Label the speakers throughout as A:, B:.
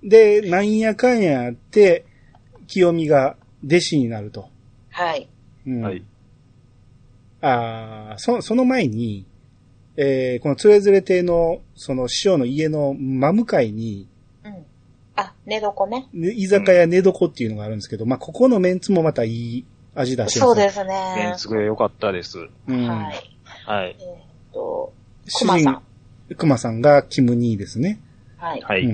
A: で、なんやかんやあって、清美が弟子になると。
B: はい。
A: うん。
C: はい。
A: その前に、このつれづれ亭の、その師匠の家の真向かいに、
B: うん。あ、寝床ね。
A: 居酒屋寝床っていうのがあるんですけど、まあ、ここのメンツもまたいい味出してる。
B: そうですね。
C: メンツが良かったです。
A: うん。
B: はい。
C: はい。
B: 熊さん。
A: 熊さんがキム兄ですね。
B: はい。
C: はい。うん、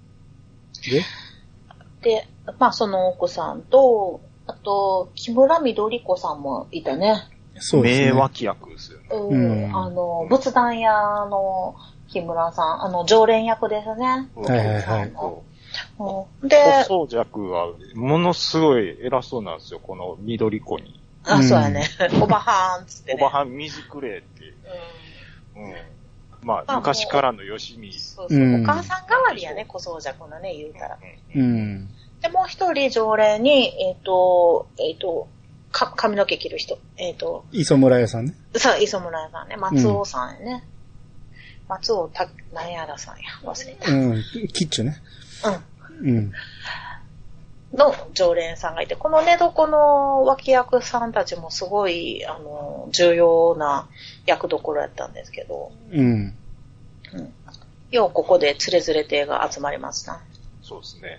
B: で、まあ、その奥さんと、あと、木村緑子さんもいたね。
C: そうですね。名脇役ですよね。
B: 仏壇屋の木村さん、常連役ですね。
A: はいはいはい。
B: で、
C: 小僧役は、ものすごい偉そうなんですよ、この緑子に。
B: あ、そうやね。おばはんつってね。
C: おばはん水くれって。まあ、昔からのよしみ。
B: そうそう。お母さん代わりやね、小僧役のね、言うたら。
A: うん。
B: で、もう一人常連に、髪の毛切る人。
A: 磯村屋さんね。
B: そう、磯村屋さんね。松尾さんやね。松尾何やらさんや。忘れた。
A: うん。キッチュね。
B: うん。の常連さんがいて、この寝床の脇役さんたちもすごい、重要な役どころやったんですけど。
A: うん。
B: ようここでつれづれ亭が集まりました。
C: そうですね。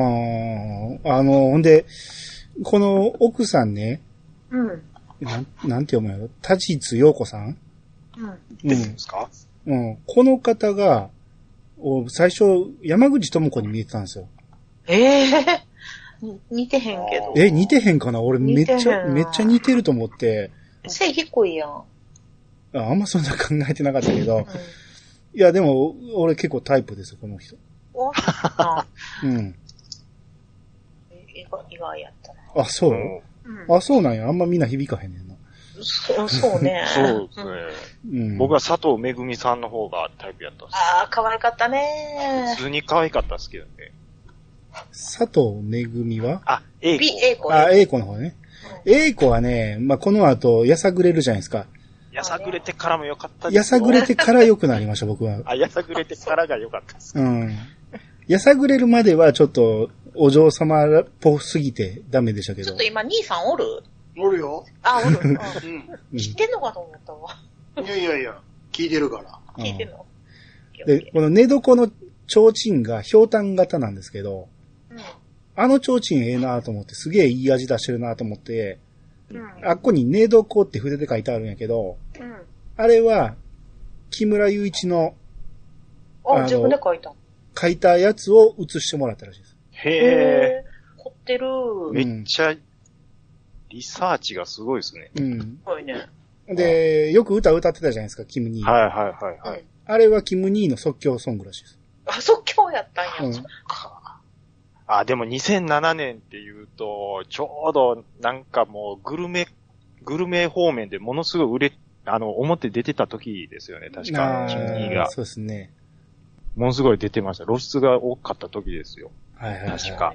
A: ほんで、この奥さんね。
B: うん。
A: なんて読むやろ？田実陽子さん？
C: ですか？
A: うん。この方が、最初、山口智子に見えてたんですよ。
B: 似てへんけど。
A: 似てへんかな？俺めっちゃ似てると思って。
B: 背低いやん。
A: あんまそんな考えてなかったけど。いや、でも、俺結構タイプですよ、この人。うん。
B: 意外やったな。
A: あ、そう？あ、そうなんや。あんまみんな響かへんねんな。
B: そうね。
C: そうですね。僕は佐藤めぐみさんの方がタイプやったんです。
B: ああ、可愛かったね。
C: 普通に可愛かったですけどね。
A: 佐藤めぐみは？
B: A子。
A: A子の方ね。A子はね、まあ、この後、やさぐれるじゃないですか。
C: やさぐれてからも良かったです。
A: やさぐれてから良くなりました、僕は。
C: やさぐれてからが良かったです。
A: うん。やさぐれるまではちょっと、お嬢様っぽすぎてダメでしたけど。
B: ちょっと今、兄さんおる？
D: おるよ。
B: おる。聞いてんのかと思ったわ。
D: いや、聞いてるから。
B: 聞いてんの？
A: で、この寝床の提灯がひょうたん型なんですけど、あの提灯ええなと思って、すげえいい味出してるなと思って、あっこに寝床って筆で書いてあるんやけど、あれは、木村雄一の、
B: 自分で書いた。
A: 書いたやつを写してもらったらしいです。
C: へ
B: ー。凝ってる。
C: めっちゃ、リサーチがすごいですね。
B: すごいね。
A: で、よく歌ってたじゃないですか、キム兄。
C: はい。
A: あれはキム兄の即興ソングらしいです。
B: 即興やったん
C: や。でも2007年って言うと、ちょうどなんかもうグルメ方面でものすごい表出てた時ですよね、確か。キム兄が。
A: そうですね。
C: ものすごい出てました。露出が多かった時ですよ。
A: はい。
C: 確か。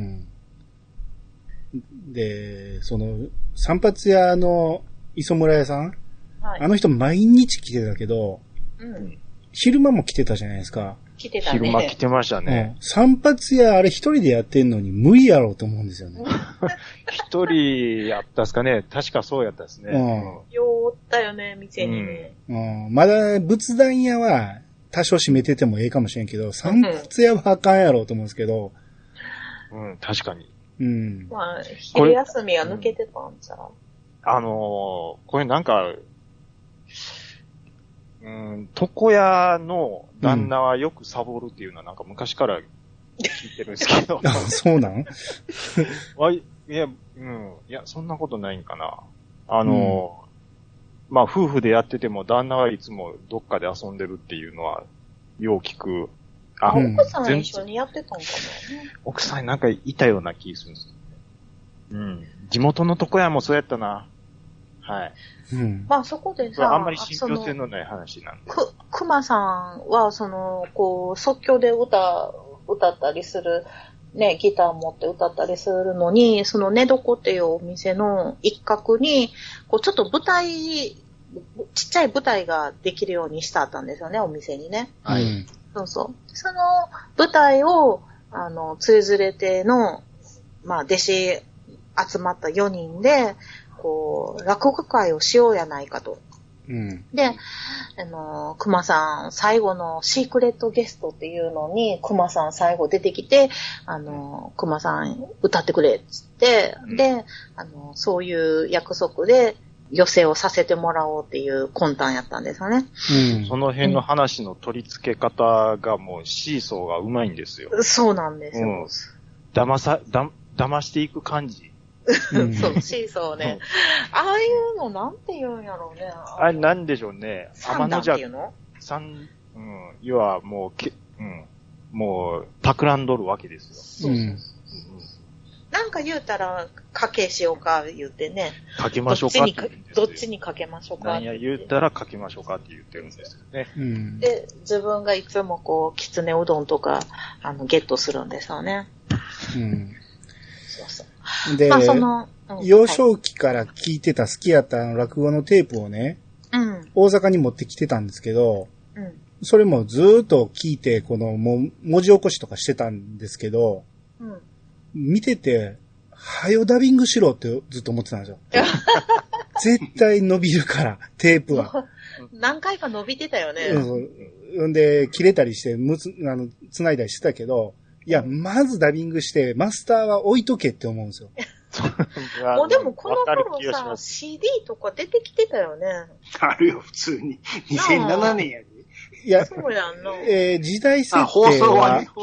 A: で、散髪屋の磯村屋さん、あの人毎日来てたけど、昼間も来てたじゃないですか。
B: 来てたね。
C: 昼間来てましたね。
A: 散髪屋あれ一人でやってんのに無理やろうと思うんですよね。
C: 一人やったっすかね。確かそうやったですね。
B: ようおったよね、店にね。
A: まだ仏壇屋は多少閉めててもええかもしれんけど、散髪屋はあかんやろうと思うんですけど。
C: 確かに。
B: まあ、昼休みは抜けてたんちゃう？
C: これなんか、床屋の旦那はよくサボるっていうのはなんか昔から聞いてるんですけど。
A: そうなん？
C: いや、そんなことないんかな。まあ、夫婦でやってても旦那はいつもどっかで遊んでるっていうのは、よう聞く。
B: 奥さん一緒にやってたんかもね。
C: 奥さんなんかいたような気がするんですよね。地元の床屋もそうやったな。はい。
B: まあそこでさ、
C: あんまり信憑性のない話なんで。
B: 熊さんは、即興で歌ったりする、ね、ギター持って歌ったりするのに、その寝床っていうお店の一角に、ちょっとちっちゃい舞台ができるようにしてあったんですよね、お店にね。
A: はい。
B: そう。その舞台を、 ついずれ亭の、まあ、弟子集まった4人で、こう、落語会をしようやないかと。
A: うん。
B: で、熊さん、最後のシークレットゲストっていうのに、熊さん最後出てきて、熊さん歌ってくれっつって、で、そういう約束で寄席をさせてもらおうっていう魂胆やったんですよね。
A: うん。
C: その辺の話の取り付け方がもうシーソーがうまいんですよ。
B: そうなんですよ。
C: 騙していく感じ。
A: うん、
B: そう、シーソーね。ああいうのなんて言うんやろうね。
C: あれなんでしょうね。
B: 三段っていうの？
C: 要はもう、もう、企んどるわけですよ。
B: そうそうそう。なんか言うたら、賭けしようか言ってね。
C: 賭けましょうかって言うんですよ。
B: どっちに賭けましょうか
C: なんや言ったら賭けましょうかって言ってるんですよね。
A: うん、
B: で、自分がいつもこう、きつねうどんとか、ゲットするんですよね。
A: うん。
B: そうそう。
A: で、
B: まあ
A: 幼少期から聞いてた好きやった落語のテープをね、
B: うん。
A: 大阪に持ってきてたんですけど、
B: うん。
A: それもずーっと聞いて、もう文字起こしとかしてたんですけど、
B: うん。
A: 見てて、はよダビングしろってずっと思ってたんですよ。絶対伸びるから、テープは。
B: 何回か伸びてたよね。
A: うん。で、切れたりして、繋いだりしてたけど、いや、まずダビングして、マスターは置いとけって思うんですよ。
B: もうでもこの頃さ、CD とか出てきてたよね。
D: あるよ、普通に。2007年やで。
A: いや、
B: そうやんの。
A: 時代設定は、
D: 放送はね、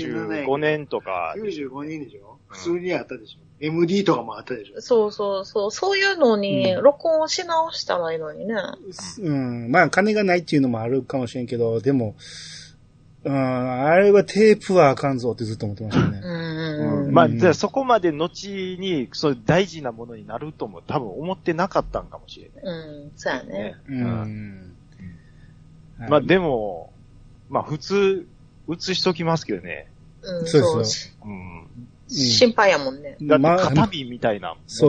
C: 95年とか。
D: 95年でしょ？普通にあったでしょ？ MD とかもあったでしょ？
B: そうそうそう。そういうのに、録音し直したらいいのにね。
A: うん。まあ、金がないっていうのもあるかもしれんけど、でも、あれはテープはあかんぞってずっと思ってましたね。
C: まあ、じゃあそこまで後に、そういう大事なものになるとも多分思ってなかったんかもしれない。
B: うん、そうやね。
C: まあでも、まあ普通、映しときますけどね。
B: うん、
A: そう。
B: 心配やもんね。
C: だって片身みたいな。
A: そう。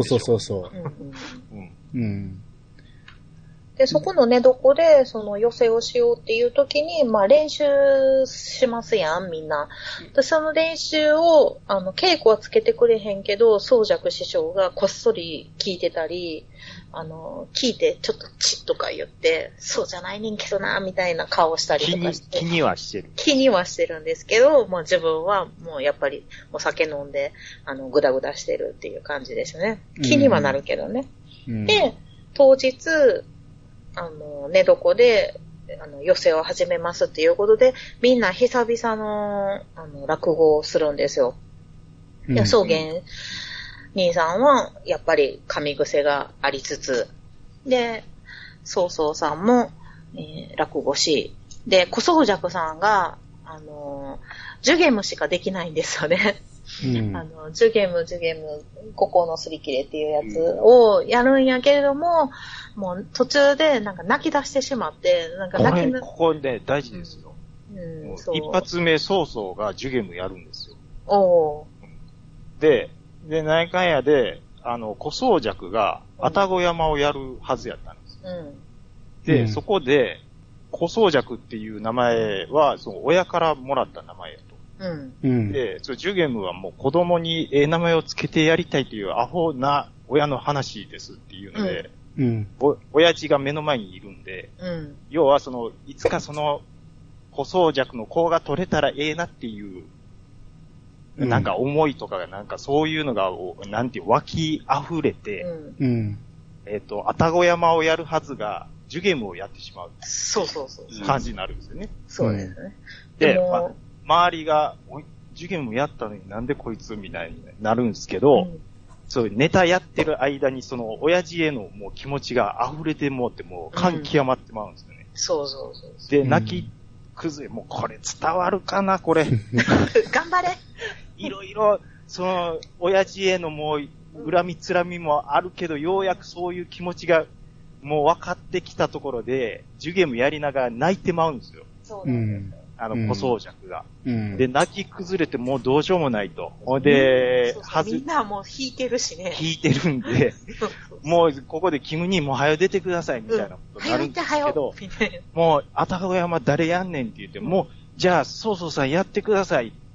B: で、そこの寝床で、その寄せをしようっていう時に、まあ練習しますやん、みんな。で、その練習を、稽古はつけてくれへんけど、宗尺師匠がこっそり聞いてたり、聞いて、ちょっとチッとか言って、そうじゃないねんけどな、みたいな顔したりとかして。
C: 気にはしてる。
B: 気にはしてるんですけど、もう自分はもうやっぱりお酒飲んで、ぐだぐだしてるっていう感じですね。気にはなるけどね。で、当日、寝床で、寄せを始めますっていうことで、みんな久々の、落語をするんですよ。で、草原兄さんは、やっぱり噛癖がありつつ、で、曹操さんも、落語し、で、小宗尺さんが、ジュゲムしかできないんですよね。ジュゲム、五行のすり切れっていうやつをやるんやけれども、もう途中でなんか泣き出してしまって、なんか
C: ここね、大事ですよ。一発目、曹操がジュゲムやるんですよ。で、内観屋で、小宗尺が、愛宕山をやるはずやったんです。で、そこで、小宗尺っていう名前は、その親からもらった名前やと。で、ジュゲムはもう子供に名前をつけてやりたいというアホな親の話ですっていうので、親父が目の前にいるんで、要はいつか小宗尺の子が取れたらええなっていう、なんか思いとかがなんかそういうのが、なんていう、湧き溢れて、愛宕山をやるはずが、ジュゲムをやってしまう。
B: そう
C: 感じになるんですよね。
B: そうですね。
C: で、周りが、ジュゲムやったのになんでこいつみたいになるんですけど、そういうネタやってる間に親父へのもう気持ちが溢れてもってもう感極まってまうんですよね。
B: そう。
C: で、泣き崩れ、もうこれ伝わるかな、これ。
B: 頑張れ
C: いろいろ、親父へのもう恨みつらみもあるけど、ようやくそういう気持ちがもう分かってきたところで、ジュゲムやりながら泣いてまうんですよ。
B: そうなんですよ。
C: 小宗尺が。で、泣き崩れてもうどうしようもないと。で、
B: みんなもう弾いてるしね。
C: 弾いてるんで、もうここでキムにもう早出てくださいみたいなことになるんですけど、もう、愛宕山誰やんねんって言って、もう、じゃあ、曹操さんやってくださいって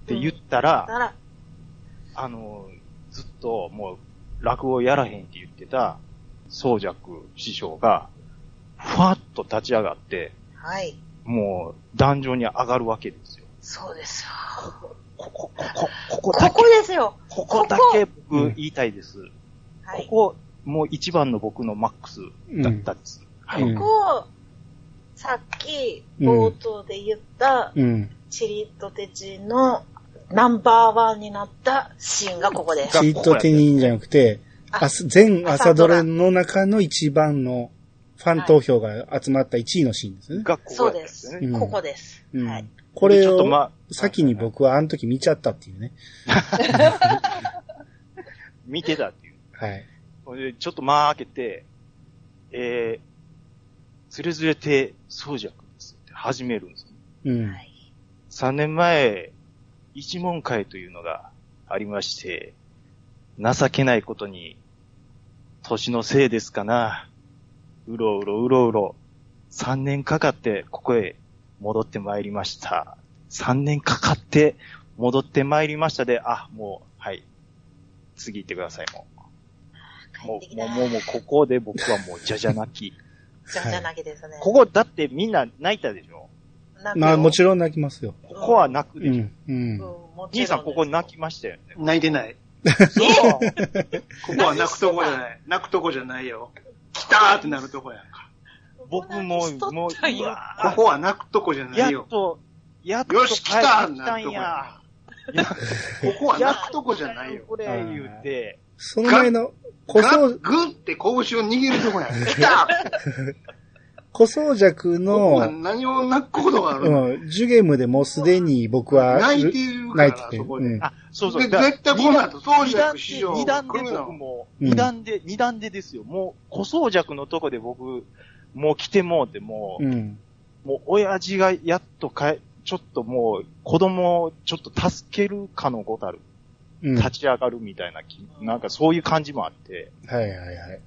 C: って言ったら、ずっともう落語やらへんって言ってた宗尺師匠が、ふわっと立ち上がって、
B: はい。
C: もう壇上に上がるわけですよ。
B: そうですよ。
C: こ
B: こですよ。
C: ここだけ僕言いたいです。
B: はい。
C: ここ、もう一番の僕のマックスだったです。
B: はい。ここ、さっき冒頭で言った、チリッとテチのナンバーワンになったシーンがここです。
A: チリッとテニンじゃなくて、全朝ドラの中の一番のファン投票が集まった1位のシーンですね。
B: そうです。ここです。はい。
A: これを先に僕はあの時見ちゃったっていうね。
C: 見てたっていう。
A: はい。
C: ちょっと間開けて、つれづれて宗尺ですって始めるんですよ、ね。3年前、一問会というのがありまして、情けないことに、年のせいですかな。うろうろ、3年かかってここへ戻ってまいりました。3年かかって戻ってまいりましたで、もう、はい。次行ってください、もう、ここで僕はもう、じゃじゃ泣き。
B: じゃじゃ泣きですね。
C: ここ、だってみんな泣いたでしょ？
A: まあ、もちろん泣きますよ。
C: ここは泣くでしょ。兄さんここ泣きましたよね。
D: 泣いてない。ここは泣くとこじゃない。泣くとこじゃないよ。来たーってなるとこやんか。
C: 僕も、こ
D: こは泣くとこじゃないよ。
C: やっと
D: よし、来たーってなるとこや。ここは泣くとこじゃないよ。
C: これ言うて。
A: その前の、
D: グッて拳を握るとこやん。来た
A: 小宗尺の、
D: 僕は何を泣くことがあるの？
A: ジュゲムでもうすでに僕は、
D: 泣いているから、そこで。
C: そう。
D: 絶対この後、宗尺師匠
C: 二段で僕も、二段でですよ。もう、小宗尺のとこで僕、もう来てもうて、もう親父がやっとちょっともう、子供をちょっと助けるかのごたる。立ち上がるみたいななんかそういう感じもあって。
A: はい。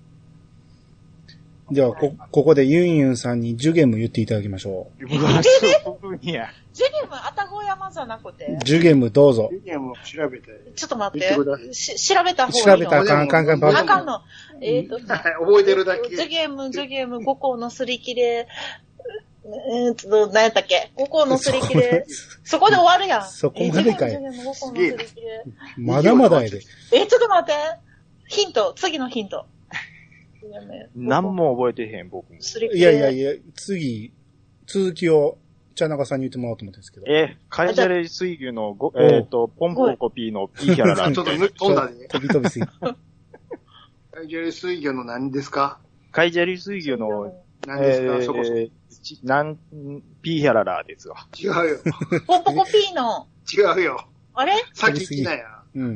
A: では、ここでユンユンさんにジュゲム言っていただきましょう。
B: ジュゲム愛宕山じゃなくて
A: ジュゲムどうぞ。
D: ジュゲム調べて。
B: ちょっと待って。調べた方がいいの？
A: 調べたらあかん。
B: あかんの。
D: 覚えてるだけ。
B: ジュゲム、5校のすり切れ。何やったっけ？ 5 校のすり切れ。そこで終わるやん。
A: そこまでかい。
B: ジュゲム、5校のすり切れ。
A: まだまだやで。
B: ちょっと待って。次のヒント。
C: 何も覚えてへん、僕も。
A: いや、続きを、茶中さんに言ってもらおうと思ってるんですけど。
C: カイジャレ水牛の、ポンポコピーのピーキャララ。
D: ちょっと飛んだね。
A: 飛びすぎ。
D: カイジャレ水魚の何ですか？
C: カイジャレ水魚の、
D: 何ですか？そこ。
C: ピーキャララですわ。
D: 違うよ。
B: ポンポコピーの。
D: 違うよ。
B: あれ？
D: さっき来なや。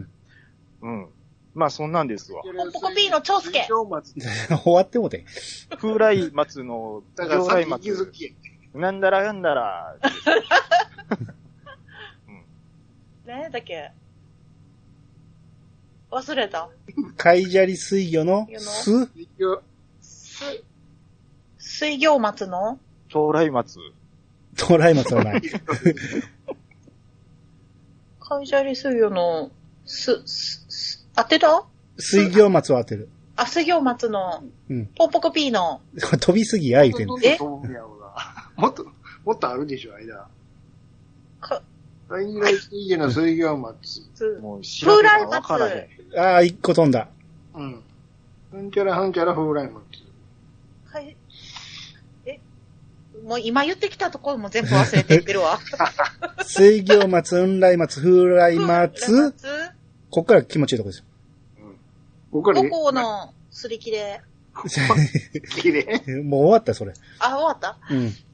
C: まあそんなんですわ。
B: ポンポコピーの長介。
A: 終わってもて。
C: 風来松の、
D: だからさっき気づきや。
C: なんだら。
B: 何だっけ？忘れた。
A: カイジャリ水魚の
B: 水魚松の
C: 東来松
A: はない。
B: カイジャリ水魚の当てた？
A: 水魚松は当てる。
B: 水魚松の、ポンポコピーの。
A: 飛びすぎや、言うてんの。
D: もっとあるでしょ、間。カイジャリ水魚の水魚松。
C: もう知らないわからへん。
A: 一個飛んだ。
D: ふんちゃら風来松。
B: はい。もう今言ってきたところも全部忘れていってるわ。
A: 水魚松、雲来松、風来松。こっから気持ちいいとこですよ。
B: 5校のすり切れ。
D: きれい。
A: もう終わった、それ。
B: 終わった？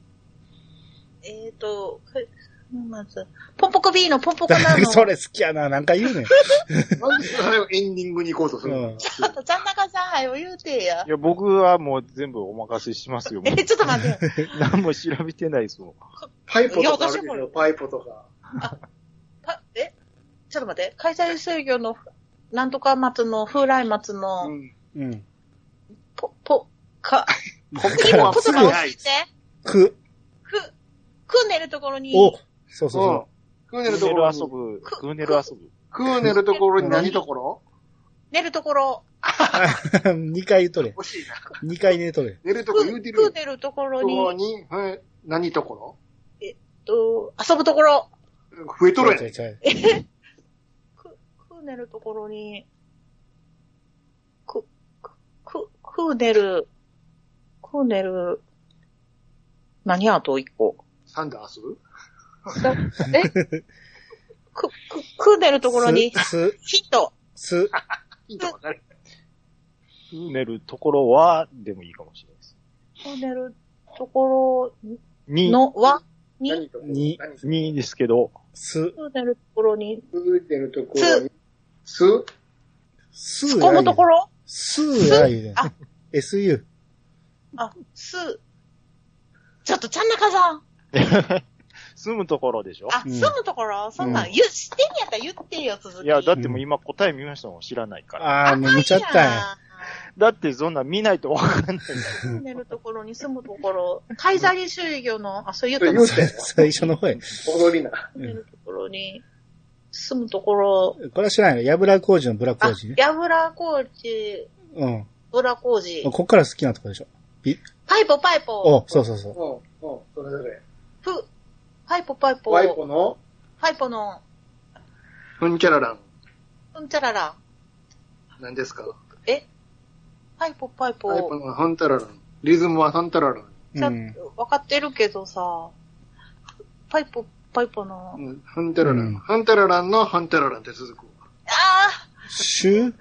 B: まず、ポンポコビーのポンポコなの。
A: それ好きやな、なんか言うねん。
D: なんでそれをエンディングに行こうとするの？
B: ちょっと、ちゃんなかさん、はよ言うてや。
C: いや、僕はもう全部お任せしますよ。
B: ちょっと待って。
C: 何も調べてないですもん。
D: パイポとかあるけど、パイポとか。
B: ちょっと待って。開催水魚の、なんとか松の、風来松の、ポ言葉を教えて。くねるところに。
A: そう。
D: クーネルところに。
C: 遊ぶ。クーネル遊ぶ。
D: クーネルところに何ところ
B: 寝るところ。
A: 2回言うとれ。
D: 欲しいな。
A: 2回寝とれ。
D: 寝るところ言うてる。
B: クーネルところに。
D: 何ところ
B: 遊ぶところ。
D: 増えとるやん。
B: クーネルところに、クーネル、何あと1個。
D: サンダース
B: クーネルところに、ヒント。
D: ヒントわかる。
C: クーネルところは、でもいいかもしれないです。
B: クーネルところ
C: に、
B: のは、
C: にですけど、
B: クーネルところに、
D: クーネルところに、
B: すこむところ
A: や言うね。SU。
B: ちょっとちゃんなかさん。
C: 住むところでしょ？
B: 住むところそんなん、知ってんやったら言ってよ、続き。
C: いや、だってもう今答え見ましたもん、知らないから。
A: もう見ちゃったんや。
C: だってそんな見ないとわかんない。
B: 住んでるところに住むところ、カイザリ修行の、そう言ったの
A: 最初の方や。
D: 踊りな。
B: 住んでるところに、住むところ。
A: これは知らないの？ヤブラ工事のブラ工事ね。
B: ヤブラ工事。ブラ工事。
A: こっから好きなとこでしょ。
B: パイポ。
A: そうそうそ
D: それぞれ。
B: パイポ。パイポの
D: ふんちゃららん。
B: ふんちゃららん。
D: 何ですか？
B: パイポ。
D: パイポのふんたららん。リズムはふんたららん。
B: わかってるけどさ、パイポの。
D: ふんたららん。ふんたららんのふんたららんって続くわ。
A: シュ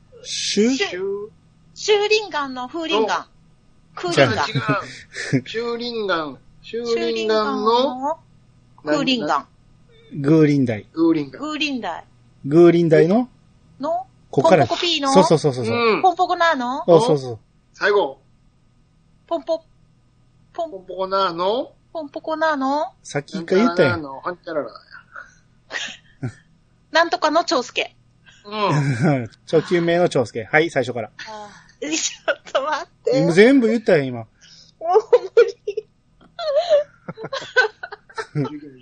B: ーリンガンの風林ガン。クーリンガン。
D: シューリンガンの
B: グーリンガン。
A: グーリンダイ。
B: グーリンダイ
A: の
B: ポンポコピーの
A: そう。
B: ポンポコナーの
A: そう。
D: 最後。
B: ポンポ
D: コナーの
A: さっき一回言ったやん。
B: なんとかの長介。
A: 初級名の長介。はい、最初から。
B: ちょっと待って。
A: 全部言ったよ、今。
B: もう無理。
D: 言っといて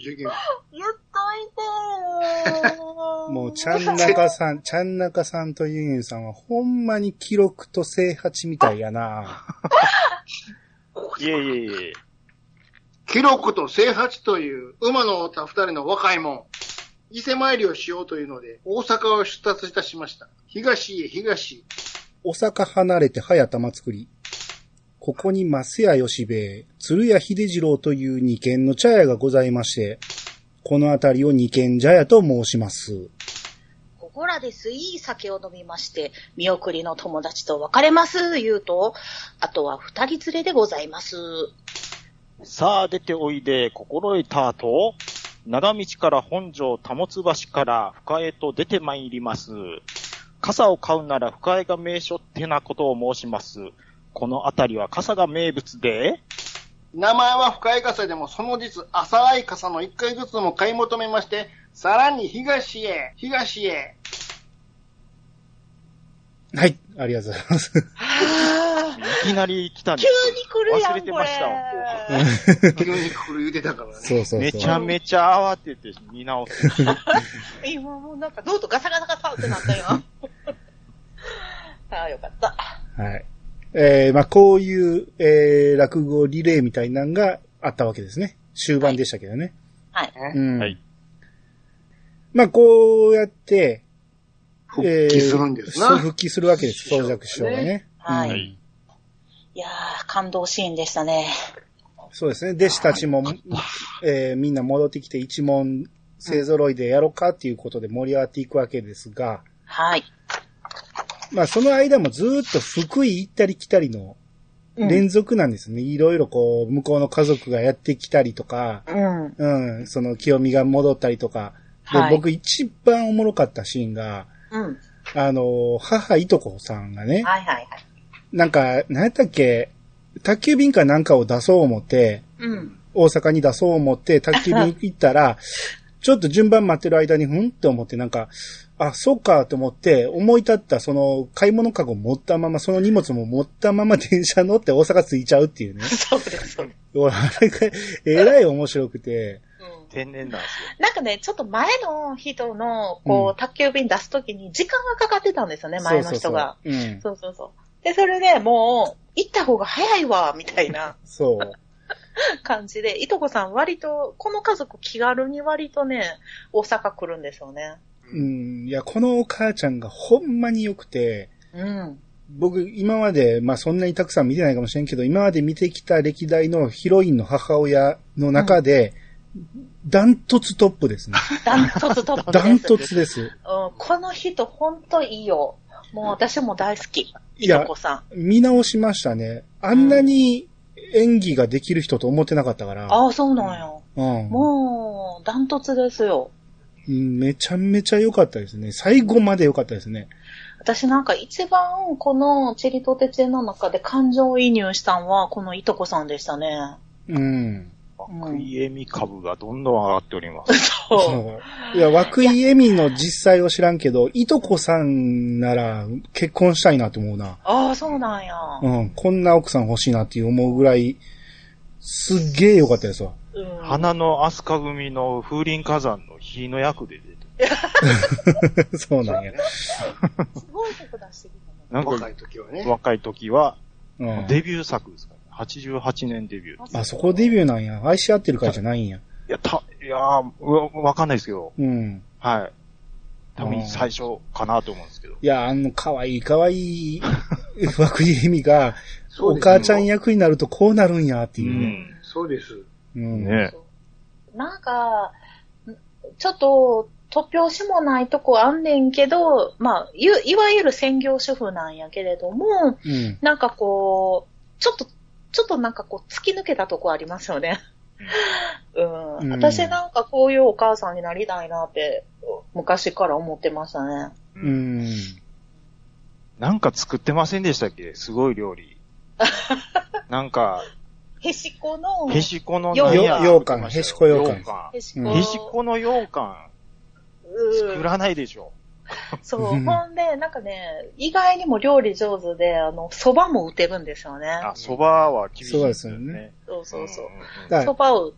B: よ。
A: もう、ちゃんなかさんとゆんゆんさんは、ほんまに記録と正八みたいやな。
C: いえ。
D: 記録と正八という馬のおった二人の若いもん。伊勢参りをしようというので、大阪を出立いたしました。東へ。
A: 大阪離れて早玉作り。ここに増谷義兵衛、鶴屋秀次郎という二軒の茶屋がございまして、この辺りを二軒茶屋と申します。
B: ここらですいい酒を飲みまして、見送りの友達と別れます言うと、あとは二人連れでございます。
C: さあ出ておいで心得た後、長道から本庄保津橋から深江と出て参ります。傘を買うなら深江が名所ってなことを申します。この辺りは傘が名物で、
D: 名前は深江傘でもその実浅い傘の一回ずつも買い求めまして、さらに東へ。
A: はい、ありがとうございます。
C: いきなり来たんです。
B: 急に来るやん、
C: 忘れてました
D: わ。急に来る言うてたからね。
A: そう。
C: めちゃめちゃ慌てて見直す。
B: 今もうなんかノートガサガサってなったよ。よかった。
A: はい。こういう、落語リレーみたいなのがあったわけですね。終盤でしたけどね。
B: はい。
C: はい。
A: こうやって、
D: 復帰するんですな。
A: 復帰するわけです、宗雀師匠がね。
B: はい。いやー、感動シーンでしたね。
A: そうですね。弟子たちも、みんな戻ってきて一問勢揃いでやろうかっていうことで盛り上がっていくわけですが、
B: はい。
A: その間もずーっと福井行ったり来たりの連続なんですね。いろいろこう、向こうの家族がやってきたりとか、その清美が戻ったりとか、で、僕一番おもろかったシーンが、母いとこさんがね、なんか、何やったっけ、宅急便かなんかを出そう思って、大阪に出そう思って宅急便行ったら、ちょっと順番待ってる間に、って思ってなんか、そうかと思って、思い立ったその買い物かご持ったまま、その荷物も持ったまま電車乗って大阪着いちゃうっていうね。
B: そうです。
A: あれが、えらい面白くて、
C: 天然なんですよ。
B: なんかね、ちょっと前の人の、宅急便出すときに時間がかかってたんですよね、前の人が。そうそうそう。で、それでもう、行った方が早いわ、みたいな。
A: そう。
B: 感じで、いとこさん割と、この家族気軽に割とね、大阪来るんですよね。
A: いや、このお母ちゃんがほんまに良くて、僕、今まで、まあそんなにたくさん見てないかもしれんけど、今まで見てきた歴代のヒロインの母親の中で、ダントツトップですね。
B: ダントツトップです。
A: ダントツです。
B: この人ほんといいよ。もう私も大好き。いとこさ
A: ん。見直しましたね。あんなに演技ができる人と思ってなかったから。
B: ああ、そうなんや。もう、ダントツですよ。
A: めちゃめちゃ良かったですね。最後まで良かったですね。
B: 私なんか一番このチリとテチェの中で感情移入したんはこのいとこさんでしたね。
C: 涌井絵美株がどんどん上がっております。
A: そう。いや、涌井絵美の実際を知らんけど、いとこさんなら結婚したいなと思うな。
B: ああ、そうなんや。
A: こんな奥さん欲しいなって思うぐらい、すっげえ良かったですわ。
C: 花の飛鳥組の風林火山の火の役で出
A: てそうなんや。
B: すごい曲出してき
C: たね。
D: 若い時はね。
C: 若い時は、デビュー作ですから。88年デビュー。
A: あ、そこデビューなんや。愛し合ってる会じゃないんや。
C: わかんないですけど。はい。多分最初かなと思うんですけど。
A: いや、可愛い涌井絵美が、お母ちゃん役になるとこうなるんやっていうね。
D: そうです。
C: ね。
B: なんか、ちょっと、突拍子もないとこあんねんけど、まあ、いわゆる専業主婦なんやけれども、なんかこう、ちょっとなんかこう、突き抜けたとこありますよね。私なんかこういうお母さんになりたいなって、昔から思ってましたね。
C: なんか作ってませんでしたっけ？すごい料理。なんか、
B: へしこの
A: 羊羹、へしこ羊羹。
C: へしこの羊羹、作らないでしょ。
B: そう、ほんで、なんかね、意外にも料理上手で、蕎麦も打てるんですよね。
C: あ、蕎麦は厳しいですよね。
B: そうそうそう。蕎麦を打って、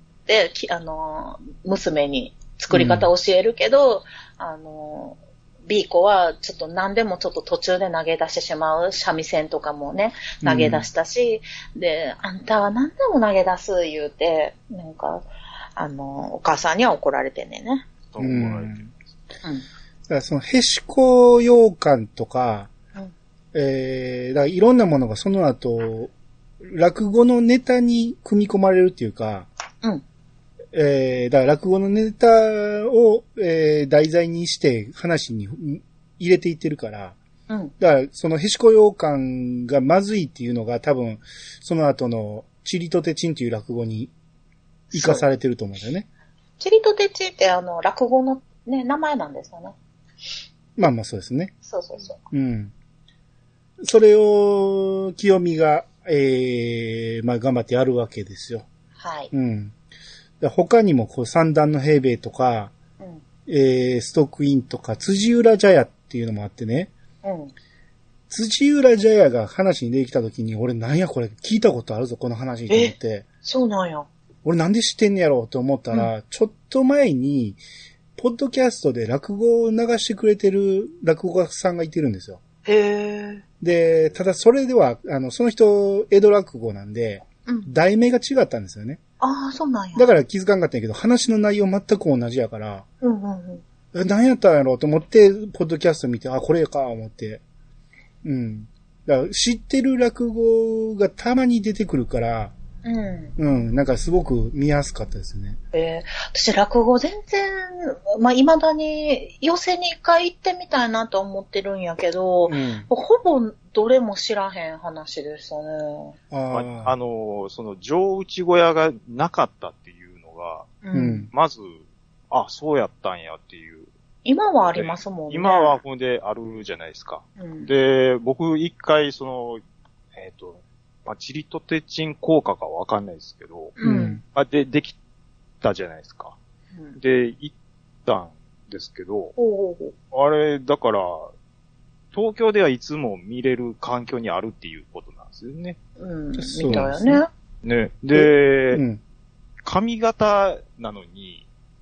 B: 娘に作り方教えるけど、B 子はちょっと何でもちょっと途中で投げ出してしまう三味線とかもね、投げ出したし、で、あんたは何でも投げ出す言うて、なんか、お母さんには怒られてんねんね。
C: 怒られてる。
A: だからそのへしこ羊羹とか、だからいろんなものがその後、落語のネタに組み込まれるっていうか、だから落語のネタを、題材にして話に入れていってるから、だからそのへしこ羊羹がまずいっていうのが多分、その後のチリとテチンっていう落語に活かされてると思うんだよね。
B: チリとテチンって落語のね、名前なんですよね。
A: まあまあそうですね。
B: そうそうそう。
A: それを、清美が、まあ頑張ってやるわけですよ。
B: はい。
A: 他にも、三段の平兵衛とか、ストックインとか、辻浦茶屋っていうのもあってね。辻浦茶屋が話に出てきたときに、俺なんやこれ聞いたことあるぞ、この話と思って。
B: そうなんや。
A: 俺なんで知ってんねやろうと思ったら、ちょっと前に、ポッドキャストで落語を流してくれてる落語家さんがいてるんですよ。で、ただそれでは、その人、江戸落語なんで、題名が違ったんですよね。
B: ああ、そうなんや。
A: だから気づかんかったんやけど、話の内容全く同じやから、何やったんやろうと思って、ポッドキャスト見て、あ、これか、思って。だから知ってる落語がたまに出てくるから、なんかすごく見やすかったですね。
B: 私落語全然、まあ、未だに寄席に一回行ってみたいなと思ってるんやけど、ほぼどれも知らへん話でしたね。
C: その上打ち小屋がなかったっていうのが、まず、あ、そうやったんやっていう。
B: 今はありますもんね。
C: 今はほんであるじゃないですか。で、僕一回まあ、チリとテチン効果かわかんないですけど、できたじゃないですか。で、行ったんですけど、あれ、だから、東京ではいつも見れる環境にあるっていうことなんですよね。
B: みたいよね。
C: ね。で、髪型なのに、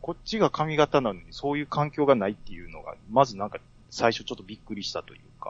C: こっちが髪型なのにそういう環境がないっていうのが、まずなんか最初ちょっとびっくりしたというか。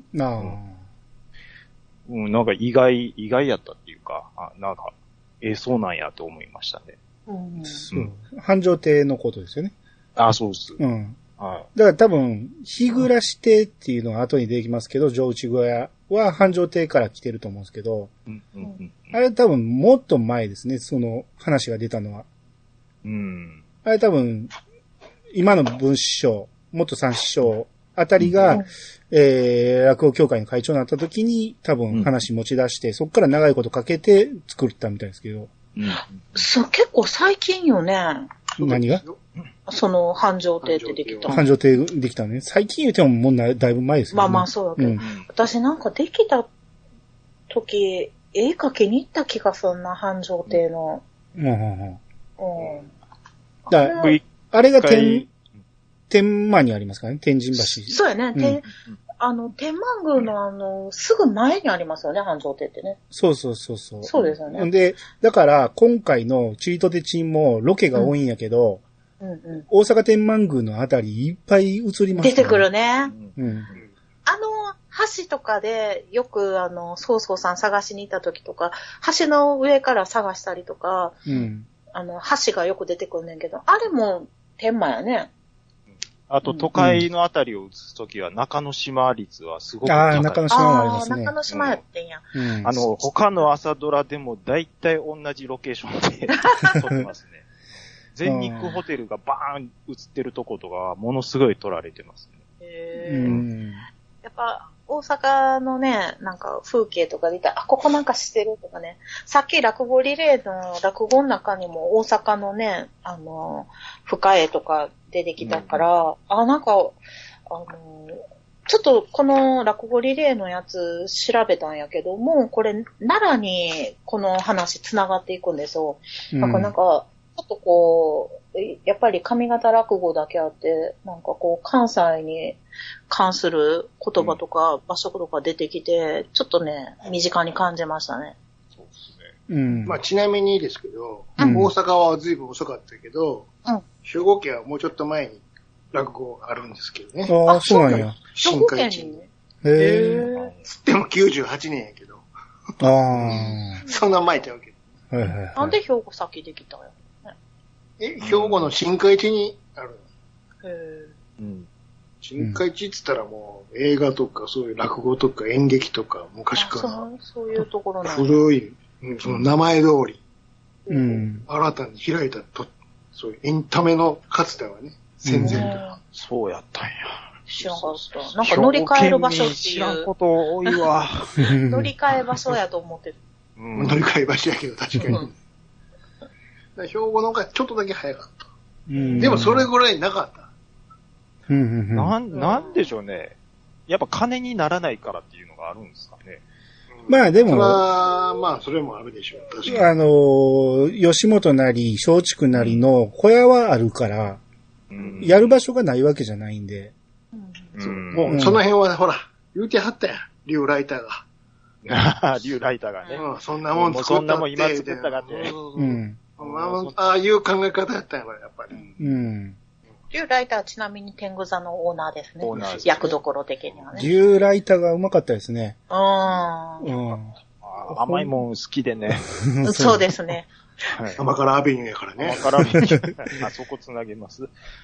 C: なんか意外やったっていうか、なんか、そうなんやと思いましたね。
A: 繁盛亭のことですよね。
C: そうです。
A: はい。だから多分、日暮らし亭っていうのが後に出てきますけど、上内小屋は繁盛亭から来てると思うんですけど、あれ多分もっと前ですね、その話が出たのは。あれ多分、今の文枝師匠、元三師匠あたりが、落語協会の会長になった時に多分話持ち出して、そこから長いことかけて作ったみたいですけど。
B: そう、結構最近よね。
A: 何が？
B: その繁盛亭ってできた。
A: 繁盛亭できたね。最近言ってももうだいぶ前ですよね。
B: まあそうだけど、私なんかできた時、絵描きに行った気がすんな、繁盛亭の。あれが天満にありますからね、天神橋。 そうやね、天満宮のすぐ前にありますよね、繁盛亭ってね。
A: そう。
B: そうですよね。
A: で、だから今回のチリとてちんもロケが多いんやけど、大阪天満宮のあたりいっぱい映りますね。
B: 出てくるね。橋とかでよく曹操さん探しに行った時とか、橋の上から探したりとか、橋がよく出てくるねんけど、あれも天満やね。
C: あと、都会のあたりを映すときは、中之島率はすごく高い。
A: 中之島もありますね。
B: 中之島やってんや。
C: 他の朝ドラでも大体同じロケーションで撮ってますね。全日空ホテルがバーン映ってるとことか、ものすごい撮られてますね。
B: やっぱ、大阪のね、なんか風景とかでいたら、ここなんかしてるとかね。さっき落語リレーの落語の中にも大阪のね、深江とか出てきたから、なんか、ちょっとこの落語リレーのやつ調べたんやけども、これ奈良にこの話繋がっていくんですよ。なんか、ちょっとこう、やっぱり上方落語だけあって、なんかこう、関西に関する言葉とか場所とか出てきて、ちょっとね、身近に感じましたね。
C: そうですね。
D: まあ、ちなみにですけど、大阪は随分遅かったけど、兵庫県はもうちょっと前に落語あるんですけどね。
A: そうなんや。
B: 新海地。
D: つっても98年やけど。そんな前ちゃうけ
B: ど。なんで兵庫先できたんや。
D: 兵庫の新海地にある。新海地って言ったらもう映画とかそういう落語とか演劇とか昔から
B: そういうところ
D: 古い、その名前通り、新たに開いたそういうエンタメのかつてはね、戦前とか。
C: そうやったんや。
B: 知らんかった。なんか乗り換える場所っていう。
C: 知らんこと多いわ。
B: 乗り換え場所やと思ってる。
D: 乗り換え場所やけど確かに。兵庫の方がちょっとだけ早かった。でもそれぐらいなかった。
C: なんでしょうね。やっぱ金にならないからっていうのがあるんですかね。
A: まあでも。
D: まあそれもあるでしょう。確か
A: に。吉本なり、松竹なりの小屋はあるから、やる場所がないわけじゃないんで。
D: もうその辺はほら、言うてはったやん。竜ライターが。
C: 竜ライターがね。
D: そんなもん作ったって。
C: そんなもん今作ったがって。
D: ああいう考え方やったんやから、やっぱり。
B: 竜ライターはちなみに天狗座のオーナーですね。役どころ的にはね。
A: 竜ライターがうまかったですね。
C: 甘いもん好きでね。
B: そうですね。
D: 甘辛アベニューやからね。
C: 甘辛アベニュー。あそこつなげます。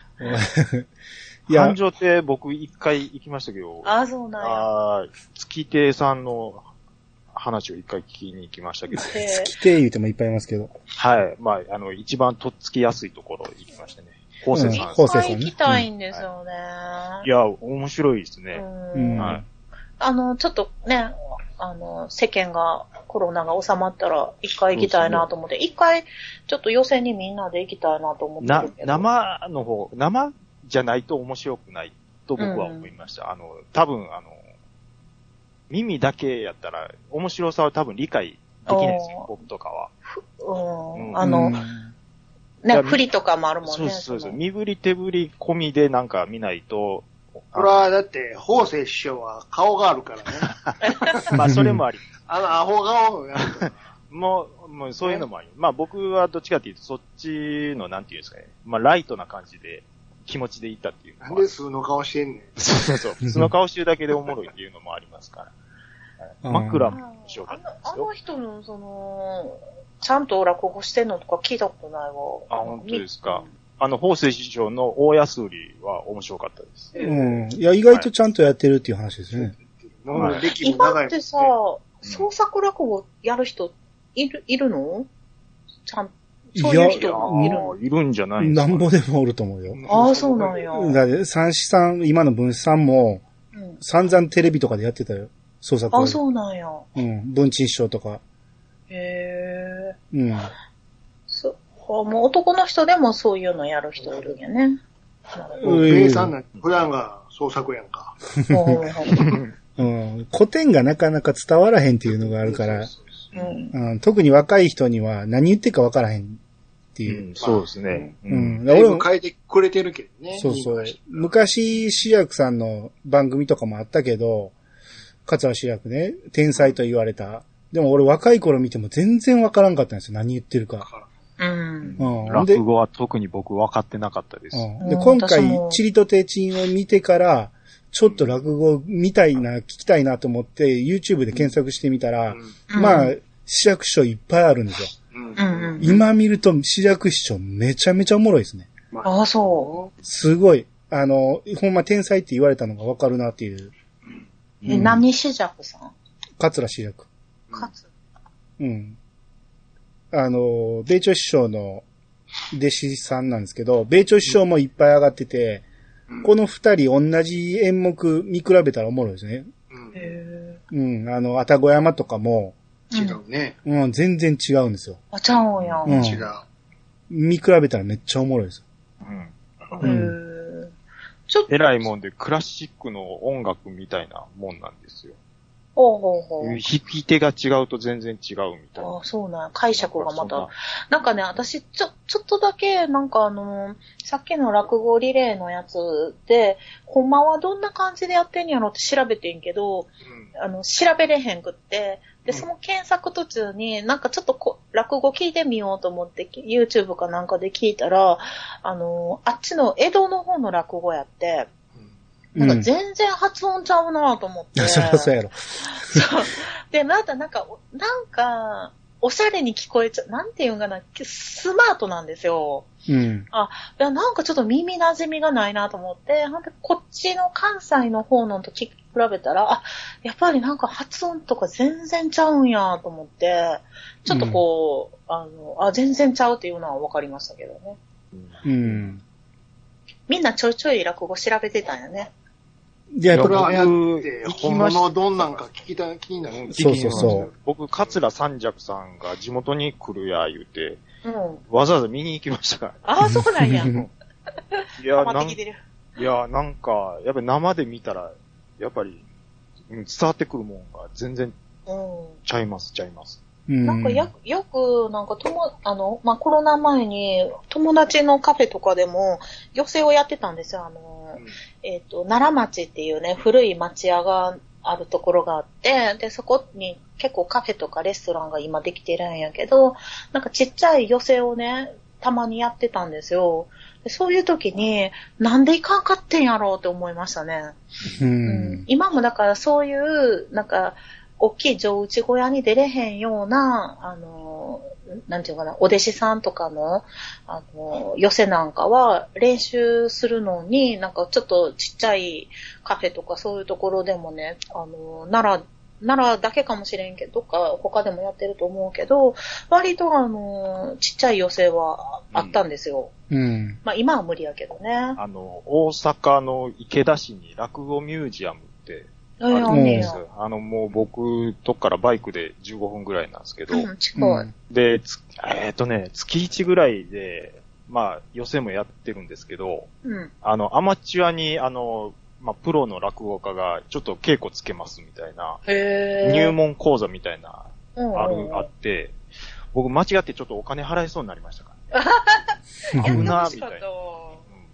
C: 繁盛亭僕一回行きましたけど。
B: そうなんや。
C: 月亭さんの話を一回聞きに行きましたけど。
A: 月亭言うてもいっぱいいますけど。
C: はい。まあ、一番とっつきやすいところ行きましたね。法政さん。
B: 法政さん。行きたいんですよね。
C: いや、面白いですね。
B: ちょっとね、世間が、コロナが収まったら、一回行きたいなと思って、一回、ちょっと予選にみんなで行きたいなと思ってるけど。
C: 生じゃないと面白くないと僕は思いました。多分、耳だけやったら、面白さは多分理解できないですよ、僕とかは。
B: 振りとかもあるもんね。
C: そう。身振り手振り込みでなんか見ないと。
D: これはだって、法政師匠は顔があるからね。
C: まあ、それもあり。
D: アホ顔やるから。
C: もうそういうのもあり、まあ僕はどっちかっていうと、そっちの、なんていうんですかね、まあライトな感じで、気持ちでいったっていうのは。
D: なんで素の顔してんねん。
C: そうそうそう。素の顔してるだけでおもろいっていうのもありますから。枕も面白かったですよ。
B: あの人の、ちゃんと落語してんのとか聞いたことないわ。
C: あ、本当ですか。法政師匠の大安売りは面白かったです。
A: うん。いや、意外とちゃんとやってるっていう話ですね。
D: はい、
B: 今ってさ、創作落語やる人いるの？ちゃん、そういう人いるの？
C: いるんじゃないですか。
A: なんぼでもおると思うよ。
B: ああ、そうなんや。
A: だって三子さん、今の文子さんも、散々テレビとかでやってたよ。創作。
B: あ、そうなんや。
A: うん。文珍師匠とか。
B: へえ。
A: うん。
B: もう男の人でもそういうのやる人いるんやね。
D: ベイさんなんて普段が創作やんか。
A: うん。古典がなかなか伝わらへんっていうのがあるから、特に若い人には何言ってるかわからへんっていう。
C: そうですね。
D: だいぶ変えてくれてるけどね。
A: そうそう。昔、志らくさんの番組とかもあったけど、桂志らくね、天才と言われた。でも俺若い頃見ても全然わからんかったんですよ。何言ってるか。
C: 落語は特に僕分かってなかったです。
A: で、今回、チリとテチンを見てから、ちょっと落語見たいな、聞きたいなと思って、YouTube で検索してみたら、まあ、志らく師匠いっぱいあるんですよ。今見ると志らく師匠めちゃめちゃおもろいですね。
B: ああ、そう。
A: すごい。ほんま天才って言われたのがわかるなっていう。
B: 何志らくさん？
A: 桂志らく。
B: 桂。
A: うん。米朝師匠の弟子さんなんですけど、米朝師匠もいっぱい上がってて、この二人同じ演目見比べたらおもろいですね。愛宕山とかも。
D: 違うね。
A: 全然違うんですよ。
B: あ、ちゃうんや。
D: 違う。
A: 見比べたらめっちゃおもろいです
C: よ。偉いもんでクラシックの音楽みたいなもんなんですよ。弾き手が違うと全然違うみたいな。
B: ああ、そうなん。解釈がまた。なんかね、私、ちょっとだけ、なんかさっきの落語リレーのやつで、ほんまはどんな感じでやってんやろって調べてんけど、調べれへんくって、で、その検索途中に、なんかちょっと落語聞いてみようと思って、YouTube かなんかで聞いたら、あっちの江戸の方の落語やって、なんか全然発音ちゃうなと思って。
A: そりゃそうやろ。
B: そう。で、なんか、おしゃれに聞こえちゃう。なんていうんかな、スマートなんですよ。なんかちょっと耳馴染みがないなと思って、こっちの関西の方のと比べたら、やっぱりなんか発音とか全然ちゃうんやと思って、ちょっと全然ちゃうっていうのは分かりましたけどね。みんなちょいちょい落語調べてたんやね。
A: いや、
D: これはやって、本物どんなんか気になる。
A: そう。
C: 僕、桂三尺さんが地元に来るや言うて、わざわざ見に行きましたから。
B: ああ、そうなんや。
C: いや、なんか、やっぱり生で見たら、やっぱり、伝わってくるもんが全然、ちゃいます。
B: なんかよく、なんかコロナ前に友達のカフェとかでも寄席をやってたんですよ。奈良町っていうね、古い町屋があるところがあって、で、そこに結構カフェとかレストランが今できてるんやけど、なんかちっちゃい寄席をね、たまにやってたんですよ。でそういう時に、なんでいかんかってんやろうって思いましたね。今もだからそういう、なんか、大きい上内小屋に出れへんような、なんていうかな、お弟子さんとかの、寄席なんかは練習するのに、なんかちょっとちっちゃいカフェとかそういうところでもね、奈良だけかもしれんけど、他でもやってると思うけど、割とちっちゃい寄席はあったんですよ。まあ今は無理やけどね。
C: 大阪の池田市に落語ミュージアムって、もう僕とこからバイクで15分ぐらいなんですけど。
B: 近い。
C: で、月1ぐらいで、まあ、寄席もやってるんですけど、アマチュアに、プロの落語家がちょっと稽古つけますみたいな、入門講座みたいな、あって、僕間違ってちょっとお金払いそうになりましたから。危なみたい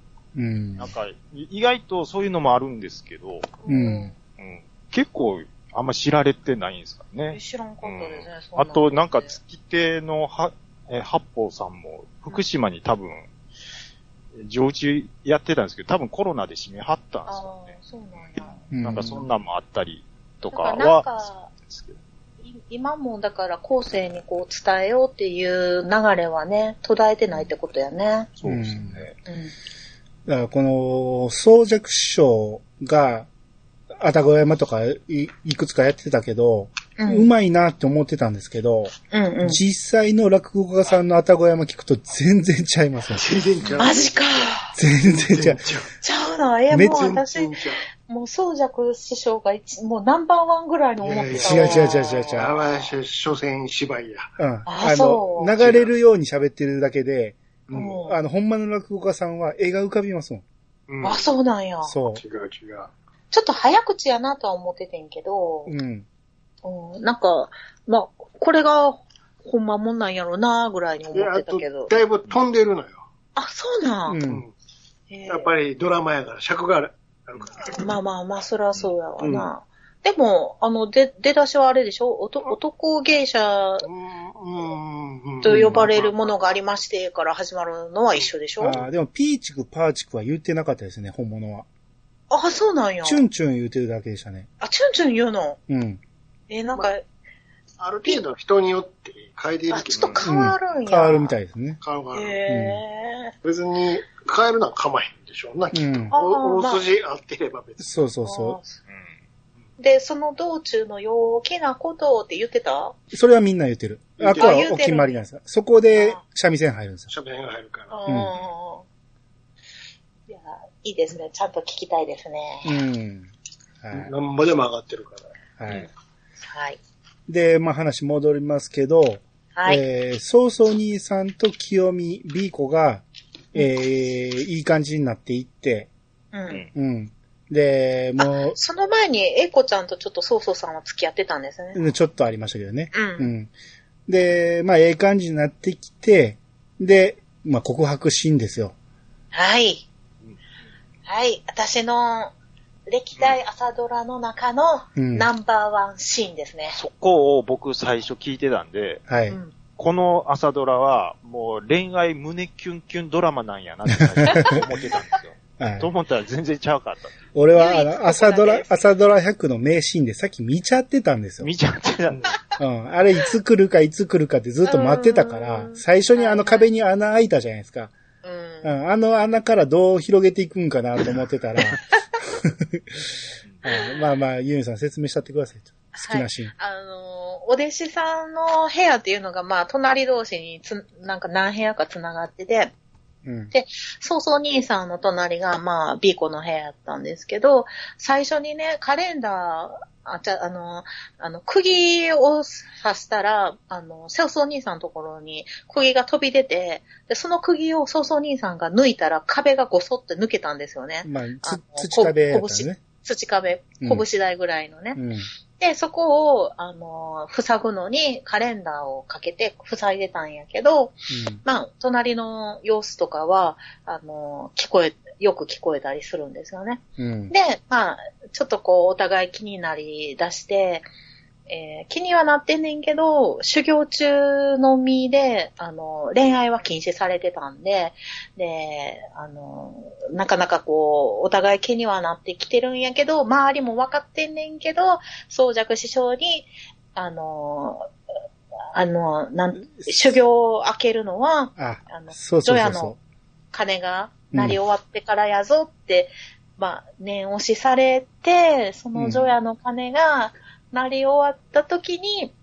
C: な。なんか、意外とそういうのもあるんですけど、結構、 あんま知られてないんですかね。
B: 知らんかったですね。
C: あと、なんか、月亭の八方さんも、福島に多分、常時やってたんですけど、多分コロナで閉めはったんですよね。
B: そうなんや。
C: なんかそんなんもあったりとかは、
B: なんか今もだから後世にこう伝えようっていう流れはね、途絶えてないってことやね。
C: そうですね。
A: だからこの、宗尺師匠が、愛宕山とかいくつかやってたけど、うまいなって思ってたんですけど、実際の落語家さんの愛宕山聞くと全然ちゃいますね。
D: 全然ちゃう。
B: マジか。
A: 全然ちゃう。
B: ちゃうな。もう私、もう宗尺師匠がもうナンバーワンぐらいに思ってたわ。
A: 違う。
D: 所詮芝居や。
A: 流れるように喋ってるだけで、ほんまの落語家さんは絵が浮かびますも
B: ん。そうなんや。
A: そう。
D: 違う。
B: ちょっと早口やなとは思っててんけど、なんか、まあ、これがほんまもんなんやろなぐらいに思ってたけど。
D: だいぶ飛んでるのよ。
B: あ、そうなん。
D: やっぱりドラマやから尺があるか
B: ま
D: ら。
B: あ、それはそうやわな。でも、出だしはあれでしょ男芸者と呼ばれるものがありましてから始まるのは一緒でしょ
A: でも、ピーチク、パーチクは言ってなかったですね、本物は。
B: あ、そうなんや。
A: チュンチュン言うてるだけでしたね。
B: あ、チュンチュン言うのなんか、
D: ある程度人によって変えているけど、
B: ちょっと変わるんや。
A: 変わるみたいですね。
D: 変わる。別に変えるのは構えへんでしょうな、きっと。大筋合ってれば別に。
A: そう。
B: で、その道中の陽気なことって言ってた？
A: それはみんな言ってる。あとはお決まりなんですよ。そこで三味線入るんですよ。
D: 三味線が入るから。
B: いや、いいですね。ちゃんと聞きたいですね。
D: なんぼでも上がってるから。
B: はい。
A: で、まあ話戻りますけど、そうそう兄さんと清美、ビーコが、いい感じになっていって、で、もう。
B: その前に、エイコちゃんとちょっとそうそうさんは付き合ってたんですね。
A: ちょっとありましたけどね。で、まあ、いい感じになってきて、で、まあ、告白シーンですよ。
B: はい。私の歴代朝ドラの中のナンバーワンシーンですね。
C: そこを僕最初聞いてたんで、この朝ドラはもう恋愛胸キュンキュンドラマなんやなって思ってたんですよ。と思ったら全然ちゃうかった。
A: 俺は朝ドラ100の名シーンでさっき見ちゃってたんですよ。
C: 見ちゃってたんだ。
A: あれいつ来るかってずっと待ってたから、最初に壁に穴開いたじゃないですか。あの穴からどう広げていくんかなと思ってたら、まあ、ユミさん説明しちゃってください。好きなシーン。
B: お弟子さんの部屋っていうのが、まあ、隣同士になんか何部屋か繋がってて、で、そうそう兄さんの隣が、まあ、ビーコの部屋やったんですけど、最初にね、カレンダー、釘を刺したら、そうそう兄さんのところに釘が飛び出て、で、その釘をそうそう兄さんが抜いたら壁がごそって抜けたんですよね。
A: まあ、土壁やったね。
B: 土壁、拳台ぐらいのね。で、そこを、塞ぐのにカレンダーをかけて塞いでたんやけど、まあ、隣の様子とかは、よく聞こえたりするんですよね。で、まあ、ちょっとこう、お互い気になり出して、気にはなってんねんけど、修行中の身で、恋愛は禁止されてたんで、なかなかこう、お互い気にはなってきてるんやけど、周りも分かってんねんけど、宗尺師匠に、修行を開けるのは、除夜の鐘が鳴り終わってからやぞって、まあ、念押しされて、その除夜の鐘が、なり終わった時に、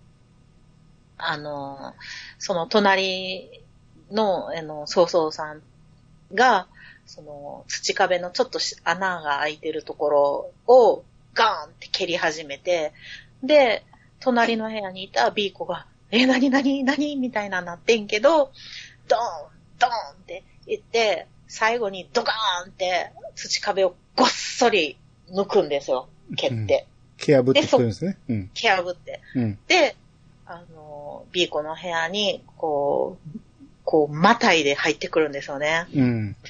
B: その隣の、そうそうさんが、その土壁のちょっと穴が開いてるところをガーンって蹴り始めて、で、隣の部屋にいたビーコが、何みたいななってんけど、ドーンって言って、最後にドカーンって土壁をごっそり抜くんですよ、蹴って。
A: 蹴破ってくるんですね。
B: 蹴破って。で、ビーコの部屋に、こう、またいで入ってくるんですよね。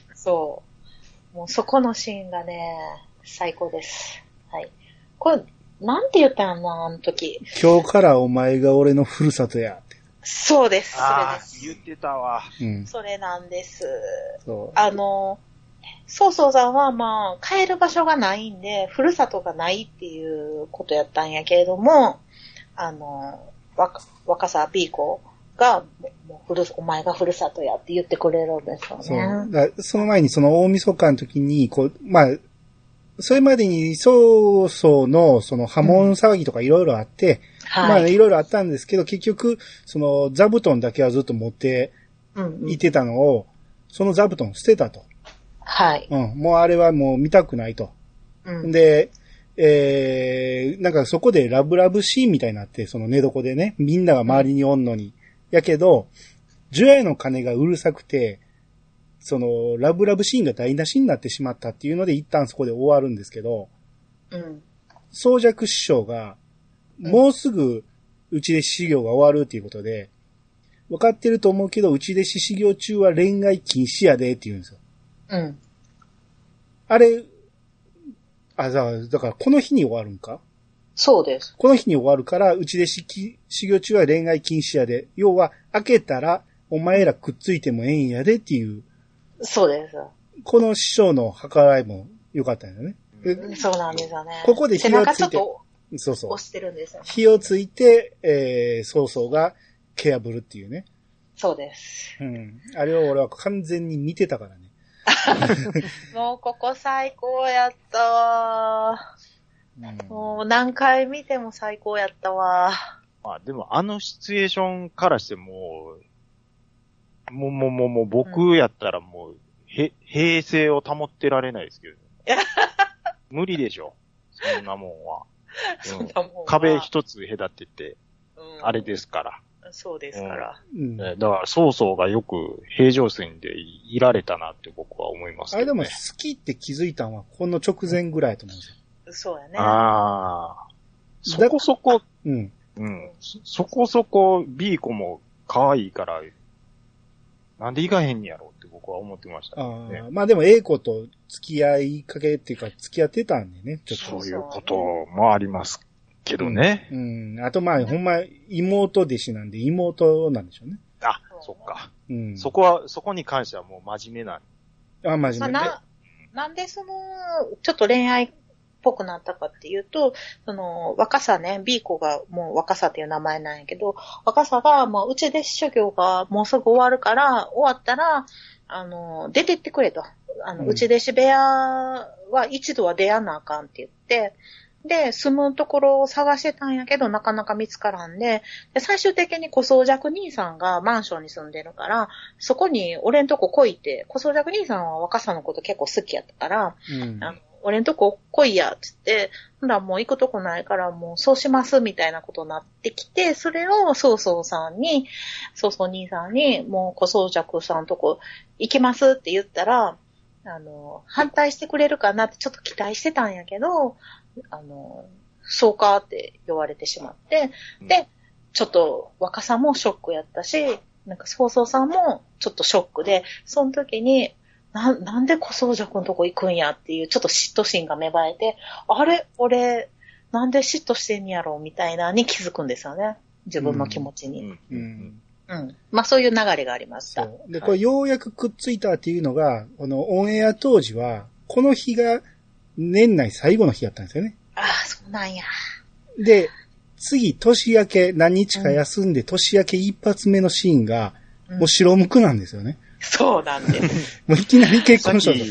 B: そう。もうそこのシーンがね、最高です。はい。これ、 なんて言ったんやな、あの時。
A: 今日からお前が俺のふるさとやって。
B: そうです、それ
C: ああ、
B: です。
C: 言ってたわ。
A: うん。
B: それなんです。
A: そう。
B: そうそうさんはまあ、帰る場所がないんで、ふるさとがないっていうことやったんやけれども、若さ B 子が、もうお前がふるさとやって言ってくれるんですよね。
A: その前にその大晦日の時に、こう、まあ、それまでに曹操のその波紋騒ぎとかいろいろあって、まあいろいろあったんですけど、結局、その座布団だけはずっと持っていてたのを、その座布団捨てたと。
B: はい。
A: うん。もうあれはもう見たくないと。
B: うん、
A: で、なんかそこでラブラブシーンみたいになって、その寝床でね、みんなが周りにおんのに。やけど、除夜の鐘がうるさくて、その、ラブラブシーンが台無しになってしまったっていうので、一旦そこで終わるんですけど、
B: うん。
A: 宗尺師匠が、もうすぐ、内弟子修行が終わるっていうことで、分かってると思うけど、内弟子修行中は恋愛禁止やでって言うんですよ。
B: うん。
A: あれ、だからこの日に終わるんか？
B: そうです。
A: この日に終わるから、内弟子修行中は恋愛禁止やで。要は、開けたら、お前らくっついてもええんやでっていう。
B: そうです。
A: この師匠の計らいも良かったんだよね。
B: そうなんですよね。
A: ここで火をついて、
B: 背中ちょっと
A: そうそう。
B: 押してるんですよ。
A: 火をついて、曹操が蹴破るっていうね。
B: そうです。
A: うん。あれを俺は完全に見てたからね。
B: もうここ最高やったわ。もう何回見ても最高やったわ。
C: まあでもあのシチュエーションからしてもう僕やったらもう、平静を保ってられないですけど、ね。無理でしょ。そんなもんは。
B: そんなもんは。
C: 壁一つ隔てて、あれですから。
B: そうですから。
C: だから曹操がよく平常心でいられたなって僕は思いますけど、ね。
A: あれでも好きって気づいたのはこの直前ぐらいと思うんですよ。
B: そうやね。
C: ああ。そこそこ、
A: うん。
C: そこそこ B 子も可愛いから、なんで行かへんにやろうって僕は思ってましたね。
A: まあでも A 子と付き合いかけっていうか付き合ってたんでね。
C: ちょっとそういうこともありますけどね。
A: あとまあほんま妹弟子なんで妹なんでしょうね。
C: あ、そっか。そこに関してはもう真面目な。
A: 真面目ね。
B: なんでちょっと恋愛っぽくなったかっていうと、若さね、B 子がもう若さっていう名前なんやけど、若さがもう内弟子修行がもうすぐ終わるから、終わったら、出てってくれと。内弟子部屋は一度は出やなあかんって言って、で、住むところを探してたんやけど、なかなか見つからんで、最終的に小僧弱兄さんがマンションに住んでるから、そこに俺んとこ来いって、小僧弱兄さんは若さのこと結構好きやったから、俺んとこ来いや、つって、ほんだらもう行くとこないから、もうそうします、みたいなことになってきて、それを曹操兄さんに、もう小僧弱さんとこ行きますって言ったら、反対してくれるかなってちょっと期待してたんやけど、そうかって言われてしまって、で、ちょっと若さもショックやったし、なんか曹操さんもちょっとショックで、その時に、なんで小僧弱のとこ行くんやっていうちょっと嫉妬心が芽生えて、あれ俺、なんで嫉妬してんやろうみたいなに気づくんですよね。自分の気持ちに。まあそういう流れがありました。
A: で、これようやくくっついたっていうのが、このオンエア当時は、この日が年内最後の日だったんですよね。
B: ああ、そうなんや。
A: で、次、年明け、何日か休んで、年明け一発目のシーンが、もう白無垢なんですよね。
B: そうなんです。
A: もういきなり結婚したんです。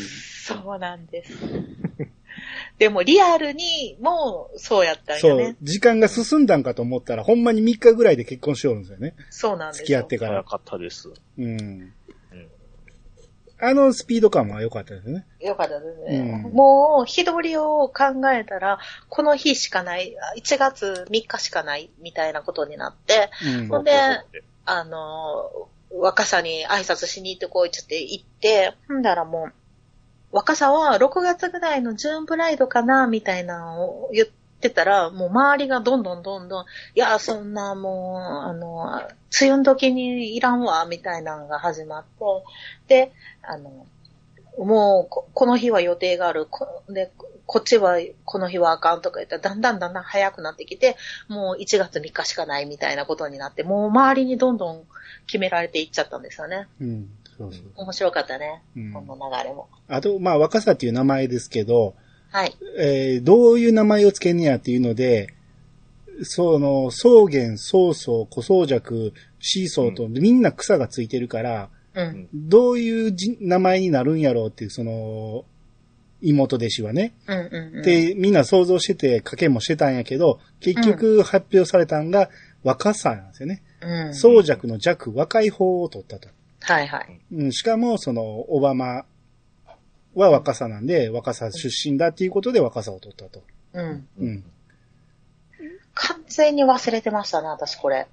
B: そうなんです。でもリアルにもうそうやったんよね。
A: そう。時間が進んだんかと思ったら、ほんまに3日ぐらいで結婚しよるんですよね。
B: そうなんですよ。
A: 付き合ってから。
C: 早かったです。
A: あのスピード感は良かったですね。
B: 良かったですね。もう、日取りを考えたら、この日しかない、1月3日しかないみたいなことになって、ほんで、若さに挨拶しに行ってこいって言って、ほんだらもう、若さは6月ぐらいのジューンブライドかなみたいなのを言ってたら、もう周りがどんどん、いや、そんなもう、梅雨時にいらんわ、みたいなのが始まって、で、もう、この日は予定がある。で、 こっちはこの日はあかんとか言ったらだんだん早くなってきて、もう1月3日しかないみたいなことになって、もう周りにどんどん決められていっちゃったんですよね。
A: うん。そうそう。
B: 面白かったね。
A: うん、
B: この流れも。
A: あと、まあ、若さっていう名前ですけど、
B: はい。
A: どういう名前をつけんねやっていうので、草原、曹操、古草弱、シーソーと、みんな草がついてるから、うん、どういう名前になるんやろうっていう、妹弟子はね。で、みんな想像してて、賭けもしてたんやけど、結局発表されたんが若さなんですよね。曹弱の弱、若い方を取ったと。
B: はいはい。
A: うん、しかも、オバマは若さなんで、若さ出身だっていうことで若さを取ったと。
B: うん。うん。完全に忘れてましたね、私これ。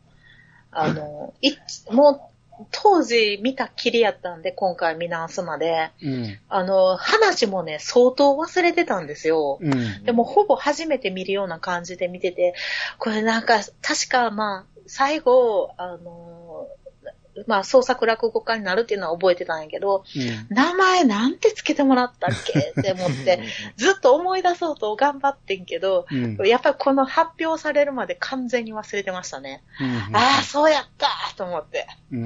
B: もう、当時見たきりやったんで、今回見直すまで。うん、話もね、相当忘れてたんですよ。うん、でも、ほぼ初めて見るような感じで見てて、これなんか、確か、まあ、最後、まあ、創作落語家になるっていうのは覚えてたんやけど、うん、名前なんてつけてもらったっけって思って、ずっと思い出そうと頑張ってんけど、うん、やっぱりこの発表されるまで完全に忘れてましたね。うん、ああ、そうやったと思って。うん、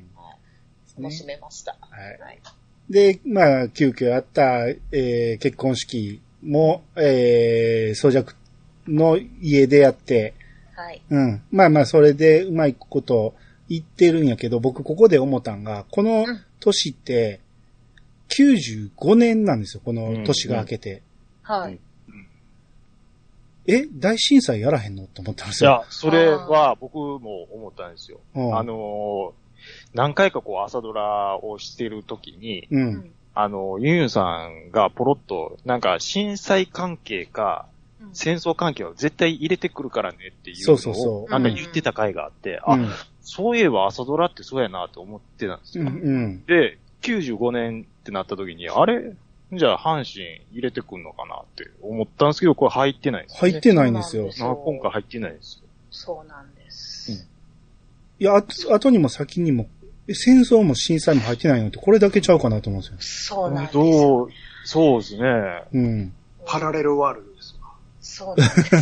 B: 楽しめました。はいはい、
A: で、まあ、急遽あった、結婚式も、創作の家でやって、はい、うん。まあまあ、それでうまいこと言ってるんやけど、僕ここで思ったんが、この年って、95年なんですよ、この年が明けて。はい。大震災やらへんのと思ったんですよ。
C: いや、それは僕も思ったんですよ。何回かこう朝ドラをしてるときに、うん、ユンユンさんがポロッと、なんか震災関係か、戦争関係は絶対入れてくるからねっていうのを、なんか言ってた回があって、うん、そういえば朝ドラってそうやなと思ってたんですよ。うんうん、で、95年ってなった時に、あれじゃあ阪神入れてくんのかなって思ったんですけど、これ入ってないんですよ、ね。
A: 入ってないんですよ。
C: 今回入ってないんですよ。
B: そうなんです。うん、い
A: や、後にも先にも、戦争も震災も入ってないのってこれだけちゃうかなと思うんです
B: よ。そうなんですよ。
C: そうですね。
D: うん。パラレルワールドですわ。
B: そうなんです。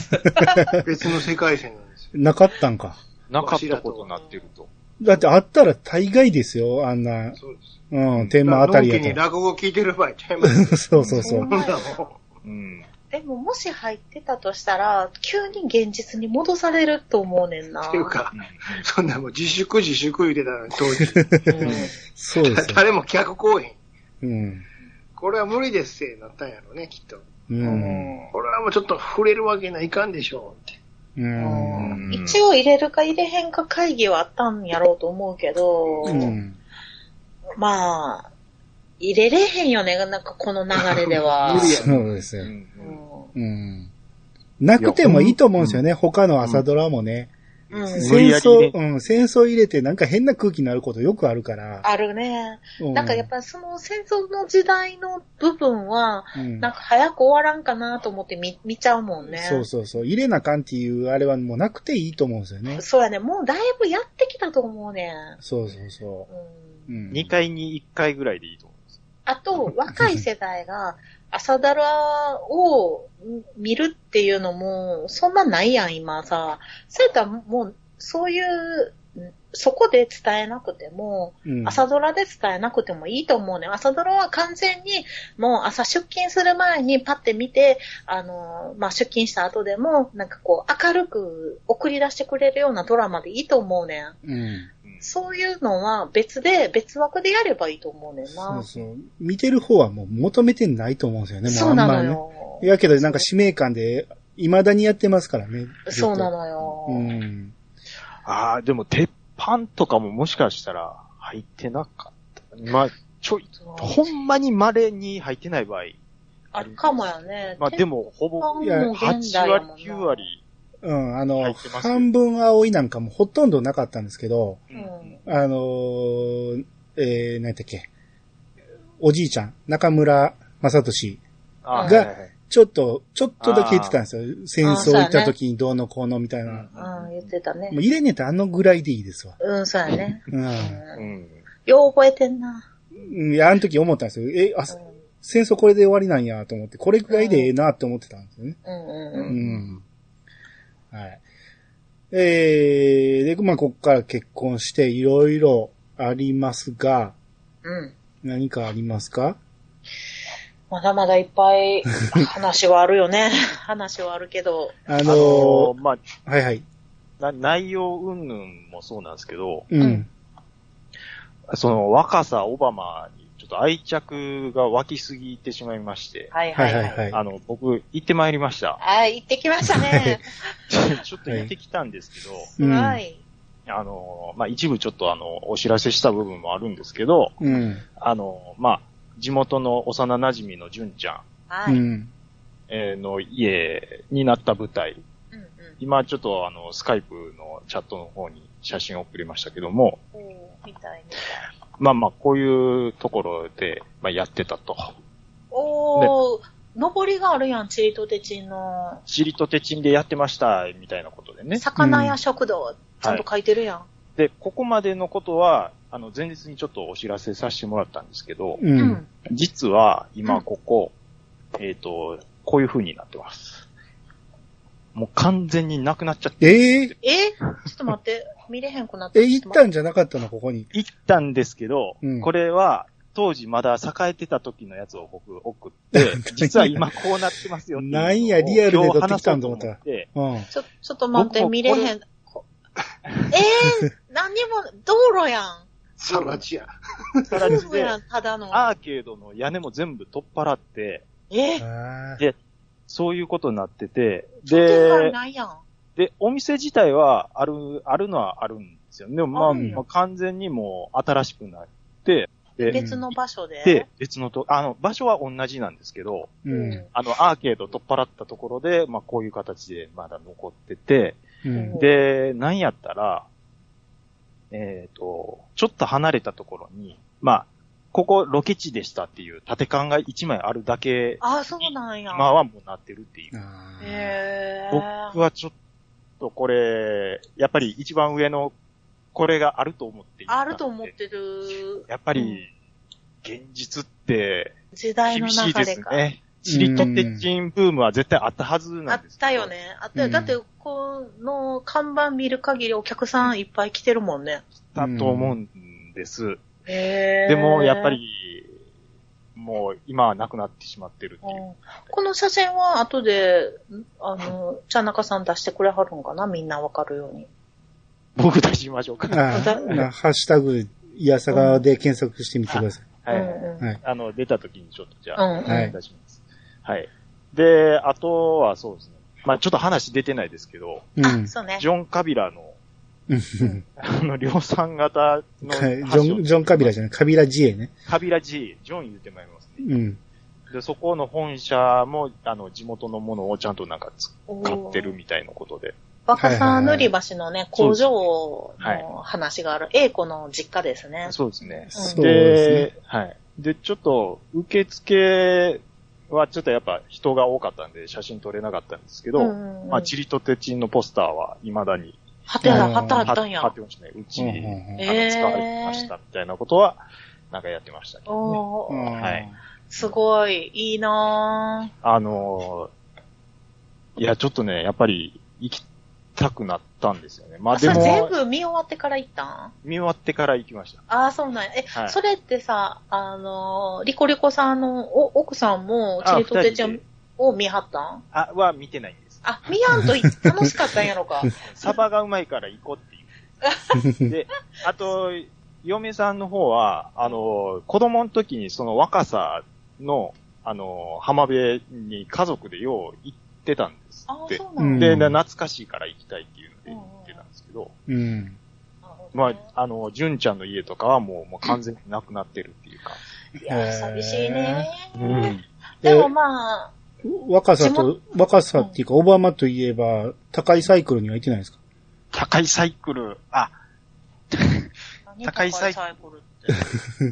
D: 別の世界線なんですよ。
A: なかったんか。
C: なかったことになってると。
A: だってあったら大概ですよ、あんな。そうです。うん、天満あたりやと。
D: のんきに落語聞いてる場合ちゃいます。
A: そうそうそう。
B: うん。でももし入ってたとしたら、急に現実に戻されると思うねんな。
D: っていうか、そんなもう自粛言ってたのに、当時。
A: そうです。
D: 誰も客来へん。うん。これは無理ですってなったんやろうね、きっと。うん。これはもうちょっと触れるわけにはいかんでしょうって。
B: 一応入れるか入れへんか会議はあったんやろうと思うけど、うん、まあ、入れれへんよね、なんかこの流れでは。
A: 無理やね。そうですよ。うん。なくてもいいと思うんですよね、他の朝ドラもね。うん、戦争入れてなんか変な空気になることよくあるから。
B: あるね。なんかやっぱりその戦争の時代の部分は、なんか早く終わらんかなと思って見ちゃうもんね。
A: そうそうそう。入れなかんっていうあれはもうなくていいと思うんですよね。
B: そうやね。もうだいぶやってきたと思うね。
A: そうそうそう。
C: 2回に1回ぐらいでいいと思うんです。
B: あと、若い世代が朝ドラを見るっていうのも、そんなないやん、今さ。そうやったらもう、そういう、そこで伝えなくても、朝ドラで伝えなくてもいいと思うね。朝ドラは完全に、もう朝出勤する前にパッて見て、まあ、出勤した後でも、なんかこう、明るく送り出してくれるようなドラマでいいと思うね。そういうのは別枠でやればいいと思うねんな。
A: そうそう。見てる方はもう求めてないと思うんですよね。
B: そうなのよ。
A: やけどなんか使命感で未だにやってますからね。
B: そうなのよ。
C: ああ、でも鉄板とかももしかしたら入ってなかった。まあ、ほんまに稀に入ってない場合。
B: あるかもやね。
C: まあでもほぼ8割、9割。
A: うん、半分青いなんかもほとんどなかったんですけど、何だっけ、おじいちゃん、中村正俊が、ちょっとだけ言ってたんですよ。戦争行った時にどうのこうのみたいな。
B: 言ってたね。
A: もう入れねえとあのぐらいでいいですわ。
B: そうやね。よう覚えてんな。
A: いや、あの時思ったんですよ。 戦争これで終わりなんやと思って、これくらいでええなって思ってたんですよね。はい。で、まあ、こっから結婚していろいろありますが、何かありますか？
B: まだまだいっぱい話はあるよね。話はあるけど。
C: まあ、
A: はいはい。
C: 内容云々もそうなんですけど、
A: そ
C: の若さオバマにちょっと愛着が湧きすぎてしまいまして、
B: はいはいはい。
C: 僕行ってまいりました。
B: 行ってきましたね。
C: ちょっと行ってきたんですけど、
B: はい。
C: まあ、一部ちょっとお知らせした部分もあるんですけど、まあ、地元の幼馴染の純ちゃん、
B: はい。
C: の家になった舞台、今ちょっとスカイプのチャットの方に写真を送りましたけども、
B: みたい
C: まあまあ、こういうところで、まあ、やってたと。
B: 登りがあるやん、チリとテチンの。
C: チリとテチンでやってました、みたいなことでね。
B: 魚屋食堂、ちゃんと書いてるやん。
C: で、ここまでのことは、前日にちょっとお知らせさせてもらったんですけど、実は、今ここ、こういう風になってます。もう完全になくなっちゃってる。
B: ちょっと待って、見れへんくなって。
A: 行ったんじゃなかったの、ここに。
C: 行ったんですけど、これは、当時まだ栄えてた時のやつを僕送って、実は今こうなってますよっていうのを。
A: なんや、リアルで撮ってきたんと思った。
B: ちょっと待って、見れへん。何にも、道路やん。
D: さら地や。
C: さら地で、ただの。アーケードの屋根も全部取っ払って、で、そういうことになってて、で、お店自体はあるのはあるんですよ。でもまあ、完全にもう新しくなって、
B: 別の場所で
C: 別の場所は同じなんですけど、アーケード取っ払ったところで、まあこういう形でまだ残ってて、で、なんやったら、ちょっと離れたところに、まあ、ここロケ地でしたっていう縦看が1枚あるだけ。
B: そうなんや。
C: 今はもうなってるっていう。僕はちょっとこれ、やっぱり一番上のこれがあると思っていた。
B: あると思ってる。
C: やっぱり、現実って、
B: 時代の流れか。厳しいですね。
C: チリとテチンブームは絶対あったはずなんです。
B: あったよね。あったよ。だって、この看板見る限りお客さんいっぱい来てるもんね。
C: だと思うんです。でも、やっぱり、もう今はなくなってしまってるっていう。
B: この写真は後で、茶中さん出してくれはるんかな、みんなわかるように。
C: 僕出しましょうか。
A: ハッシュタグ、いやさがで検索してみてください。
C: はい。出た時にちょっとじゃあ、出します。はい。で、あとはそうですね。まあちょっと話出てないですけど、
B: そうね。
C: ジョン・カビラの、量産型の、
A: ジョン・カビラじゃない、カビラ G ね。
C: カビラ G、ジョン言ってまいりますね。で、そこの本社も、地元のものをちゃんとなんか使ってるみたいなことで。
B: 若狭塗り橋のね、工場の話がある、A子の実家ですね。
C: そうですね。で、はい。で、ちょっと、受付はちょっとやっぱ人が多かったんで写真撮れなかったんですけど、まあ、チリとテチンのポスターは未だに。
B: 貼ってあったんや。
C: 貼ってましたね。うちに、使われてましたみたいなことは、なんかやってましたけどね。はい。
B: すごい、いいなぁ。
C: いや、ちょっとね、やっぱり、行きたくなったんですよね。まあでも。
B: それ全部見終わってから行ったん？
C: 見終わってから行きました。
B: そうなんや。それってさ、リコリコさんの奥さんも、チリとテチンを見はったん？
C: は見てないんです。
B: 見やんと楽しかったんやろか。
C: サバがうまいから行こうっていう。で、あと、嫁さんの方は、子供の時にその若さの、浜辺に家族でよう行ってたんですって。
B: そうなん
C: で、懐かしいから行きたいっていうので行ってたんですけど。まあ、純ちゃんの家とかはもう完全になくなってるっていうか。
B: いや、寂しいね。でもまあ、
A: 若さっていうか、オバマといえば、高いサイクルには行ってないですか？
C: 高いサイクル、高いサイクル
B: って。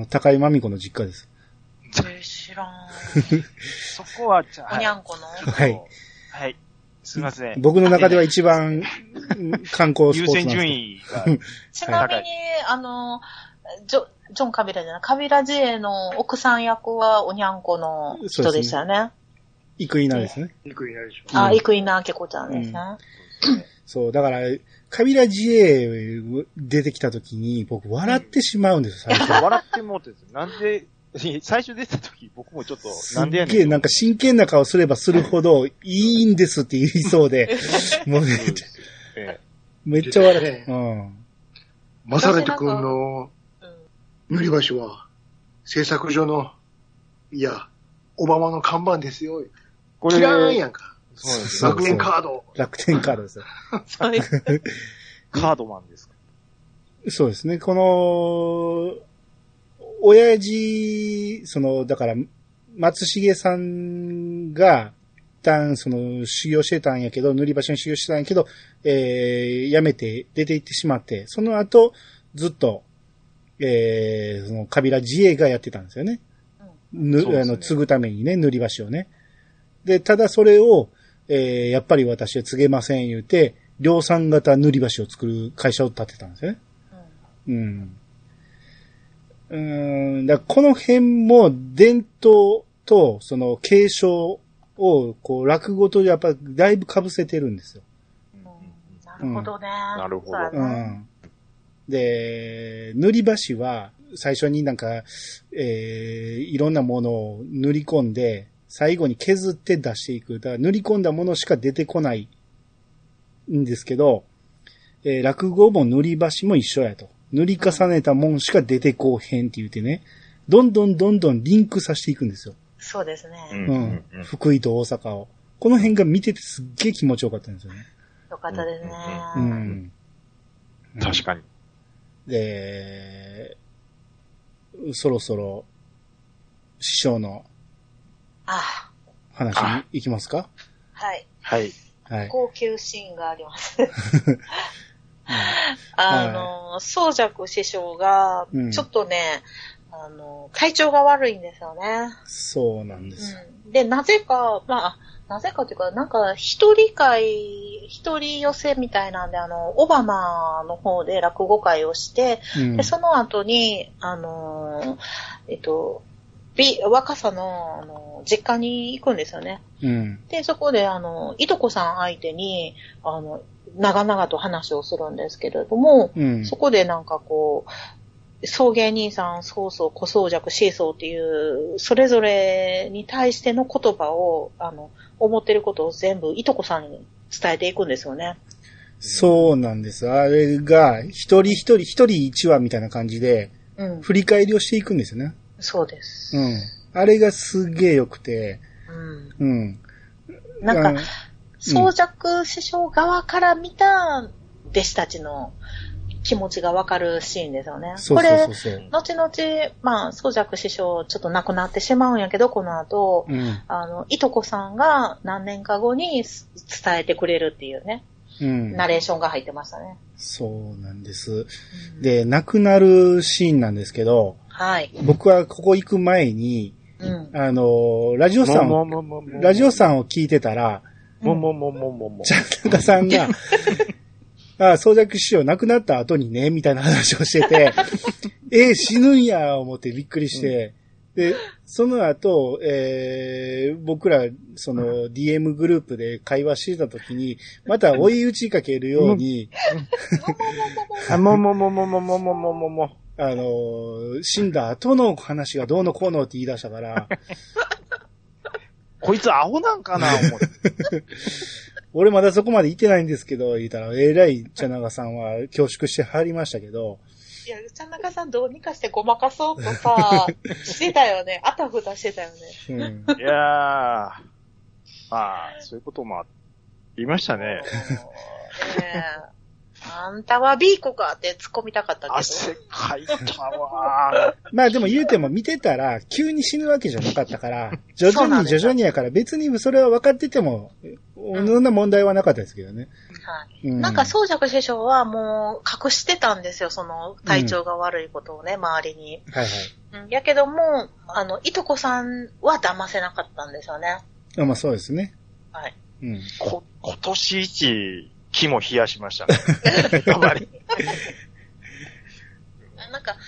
A: 高いまみこの実家です。
B: 知らん。
C: そこは、
B: おにゃんこの。
A: はい。
C: はい。すみません。
A: 僕の中では一番観光スポーツ
C: 優先順位が。
B: ちなみに、 ジョン・カビラじゃない、カビラ自衛の奥さん役はおにゃんこの人でしたよね。
A: 生稲ですね。
D: 生稲でしょ。
B: 生稲明子ちゃんですね。
A: そう、だから、カビラ自衛出てきた時に僕笑ってしまうんですよ、最初。
C: 笑ってもうてです。なんで、最初出た時僕もちょっと、なんでやねん。
A: すっげえなんか真剣な顔すればするほど、いいんですって言いそうで、もうね、めっちゃ笑って。うん。
D: マサレト君の塗り橋は、製作所の、いや、オバマの看板ですよ。
C: これ、
D: 嫌いやんか。
C: そうです。
D: 楽天カード。
A: 楽天カードですよ。
B: そうです。
C: カードマンですか。
A: そうですね。この、親父、だから、松重さんが、一旦、修行してたんやけど、塗り橋に修行してたんやけど、辞めて出て行ってしまって、その後、ずっと、カビラ自衛がやってたんですよね。継ぐためにね、塗り橋をね。で、ただそれを、やっぱり私は継げません言うて、量産型塗り橋を作る会社を建てたんですよね。だからこの辺も伝統と継承を落語とやっぱだいぶ被せてるんですよ。
B: なるほどね。
C: なるほど。
A: で、塗り橋は最初になんか、いろんなものを塗り込んで、最後に削って出していく。だから塗り込んだものしか出てこないんですけど、落語も塗り橋も一緒やと。塗り重ねたもんしか出てこうへんって言ってね、どんどんリンクさせていくんですよ。
B: そうですね。
A: 福井と大阪を。この辺が見ててすっげえ気持ちよかったんですよね。
B: よかったですね。
C: 確かに。
A: で、そろそろ、師匠の話に行きますか？
B: はい。
C: はい。
B: 高級シーンがあります。宗尺師匠が、ちょっとね、体調が悪いんですよね。
A: そうなんですよ。
B: で、なぜかというか、なんか、一人寄せみたいなんで、オバマの方で落語会をして、で、その後に、若さの、実家に行くんですよね。で、そこで、いとこさん相手に、長々と話をするんですけれども、そこでなんかこう、送迎兄さん、曹操、小宗尺、シーソーっていう、それぞれに対しての言葉を、思ってることを全部いとこさんに伝えていくんですよね。
A: そうなんです。あれが、一人一話みたいな感じで、振り返りをしていくんですよね。
B: そうです。
A: あれがすげえ良くて、
B: なんか、宗尺師匠側から見た弟子たちの気持ちがわかるシーンですよね。これ、後々、宗尺師匠ちょっと亡くなってしまうんやけど、この後、いとこさんが何年か後に伝えてくれるっていうね、ナレーションが入ってましたね。
A: そうなんです。で、亡くなるシーンなんですけど、僕はここ行く前に、ラジオさんを聞いてたら、ちゃん中さんが、宗尺師匠亡くなった後にね、みたいな話をしてて、死ぬんや、思ってびっくりして、で、その後、僕ら、DM グループで会話してた時に、また追い打ちかけるように、死んだ後の話がどうのこうのって言い出したから、
C: こいつアホなんかな、思って。
A: 俺まだそこまで行ってないんですけど、言ったら、偉い茶長さんは恐縮してはりましたけど。
B: いや、茶長さんどうにかしてごまかそうとさ、してたよね。あたふたしてたよね。
C: いやー、そういうことも言いましたね。
B: あんたは B 子かって突っ込みたかったけど。
C: 汗かいたわ
A: まあでも言うても見てたら、急に死ぬわけじゃなかったから、徐々にやから別にそれは分かってても、そんな問題はなかったですけどね。
B: なんか宗尺師匠はもう隠してたんですよ、その体調が悪いことをね、周りに。やけども、いとこさんは騙せなかったんですよね。
A: まあそうですね。
C: 今年一、気も冷やしましたね。やっぱり。
B: なんか、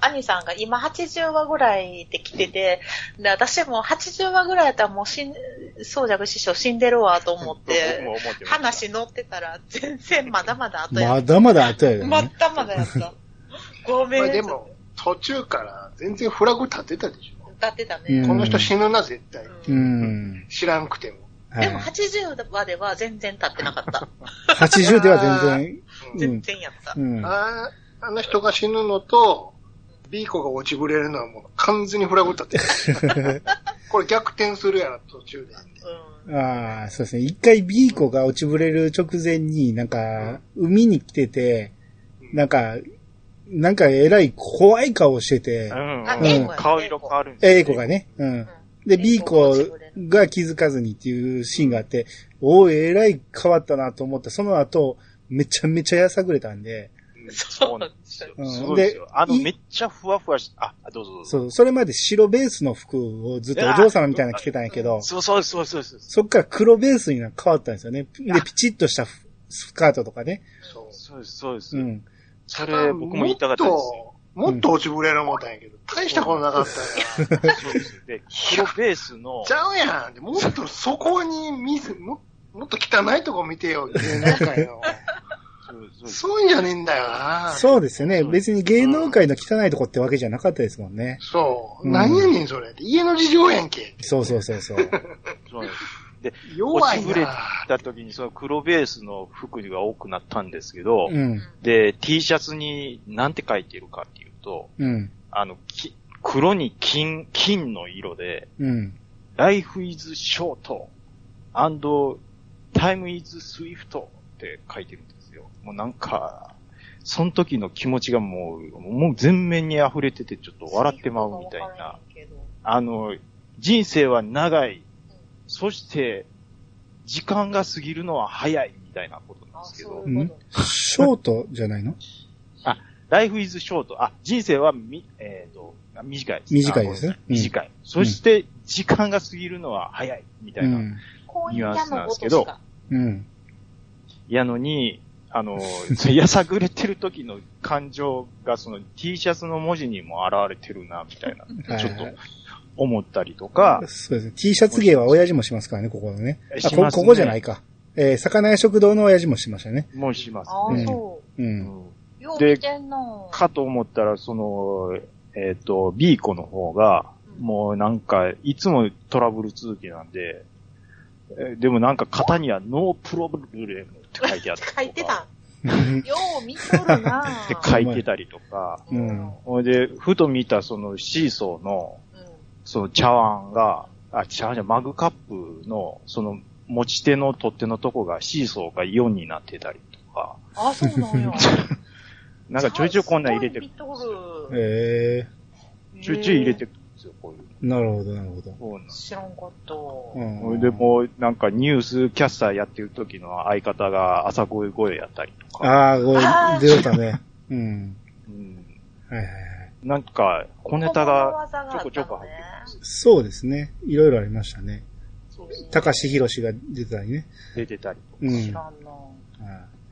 B: 兄さんが今80話ぐらいで来てて、で、私も80話ぐらいやったらもう宗尺師匠死んでるわと思って、話乗ってたら全然まだまだ後やった。
A: まだまだ後やね。
B: まだまだやった。ごめん。
D: でも、途中から全然フラグ立ってたでしょ。
B: 立ってたね。
D: この人死ぬな、絶対。知らんくても。
B: でも80話では全然立ってなかった。
A: 80では全然。
B: 全然やった。
D: あの人が死ぬのと、ビーコが落ちぶれるのはもう完全にフラグ立ってる。これ逆転するやろ、途中で。
A: ああ、そうですね。一回ビーコが落ちぶれる直前になんか、海に来てて、なんかえらい怖い顔してて、
C: 顔色変わるん
A: ですよ。英子がね。で、ビーコが気づかずにっていうシーンがあって、おー、えらい変わったなと思った。その後、めちゃめちゃやさぐれたんで。
C: そうなんですよ。すごいですよ。めっちゃふわふわし、どうぞどうぞ。
A: そう、それまで白ベースの服をずっとお嬢様みたいなの着てたんやけど、
C: そう。
A: そっから黒ベースに変わったんですよね。で、ピチッとしたスカートとかね。
C: そうです。それ、僕も言いたかったです。
D: もっと落ちぶれる思ったんやけど、大したことなかった
C: よ。そうです。で、黒ベースの。
D: ちゃうやん。もっとそこにもっと汚いとこ見てよ、芸能界の。そういうんじゃねえんだよな。
A: そうですよね。別に芸能界の汚いとこってわけじゃなかったですもんね。
D: そう。何やねん、それ。家の事情やんけ。
A: そう。そう
C: で、落ちぶれた時にその黒ベースの服が多くなったんですけど、で、T シャツに何て書いてるかっていうと、黒に金の色で、Life is short and time is swift って書いてるんですよ。もうなんか、その時の気持ちがもう全面に溢れててちょっと笑ってまうみたいな。人生は長い。そして、時間が過ぎるのは早いみたいなことなんですけど。
A: ショートじゃないの
C: ？Life is short. 人生は短いです。
A: 短いですね。
C: 短い。そして、時間が過ぎるのは早いみたいなニュアンスなんですけど。やのに、やさぐれてる時の感情がその T シャツの文字にも現れてるな、みたいな。ちょっと。思ったりとか。
A: そうですね。T シャツ芸は親父もしますからね、ここのね。ここじゃないか。魚屋食堂の親父もしましたね。
C: もうします。
B: そう。で、
C: かと思ったら、その、ビーコの方が、もうなんか、いつもトラブル続きなんで、でもなんか型にはノープロブレムって書いてあった。
B: 書いてた。よう見とるなぁ。
C: って書いてたりとか。ほいで、ふと見たそのシーソーの、その茶碗が、マグカップの、その持ち手の取っ手のとこがシーソーが4になってたりとか。
B: そうなんや。
C: なんかちょいちょいこんなん入れてる。ちょいちょい入れてるんですよ、こういう。
A: なるほど。
B: 知らんかった。
C: でも、なんかニュースキャスターやってる時の相方が朝声やったりとか。
A: 出たね。
C: なんか、小ネタがちょこちょこ入ってる。
A: そうですね。いろいろありましたね。高志宏が出てたりね。
C: 出てたり。
B: 知らんな。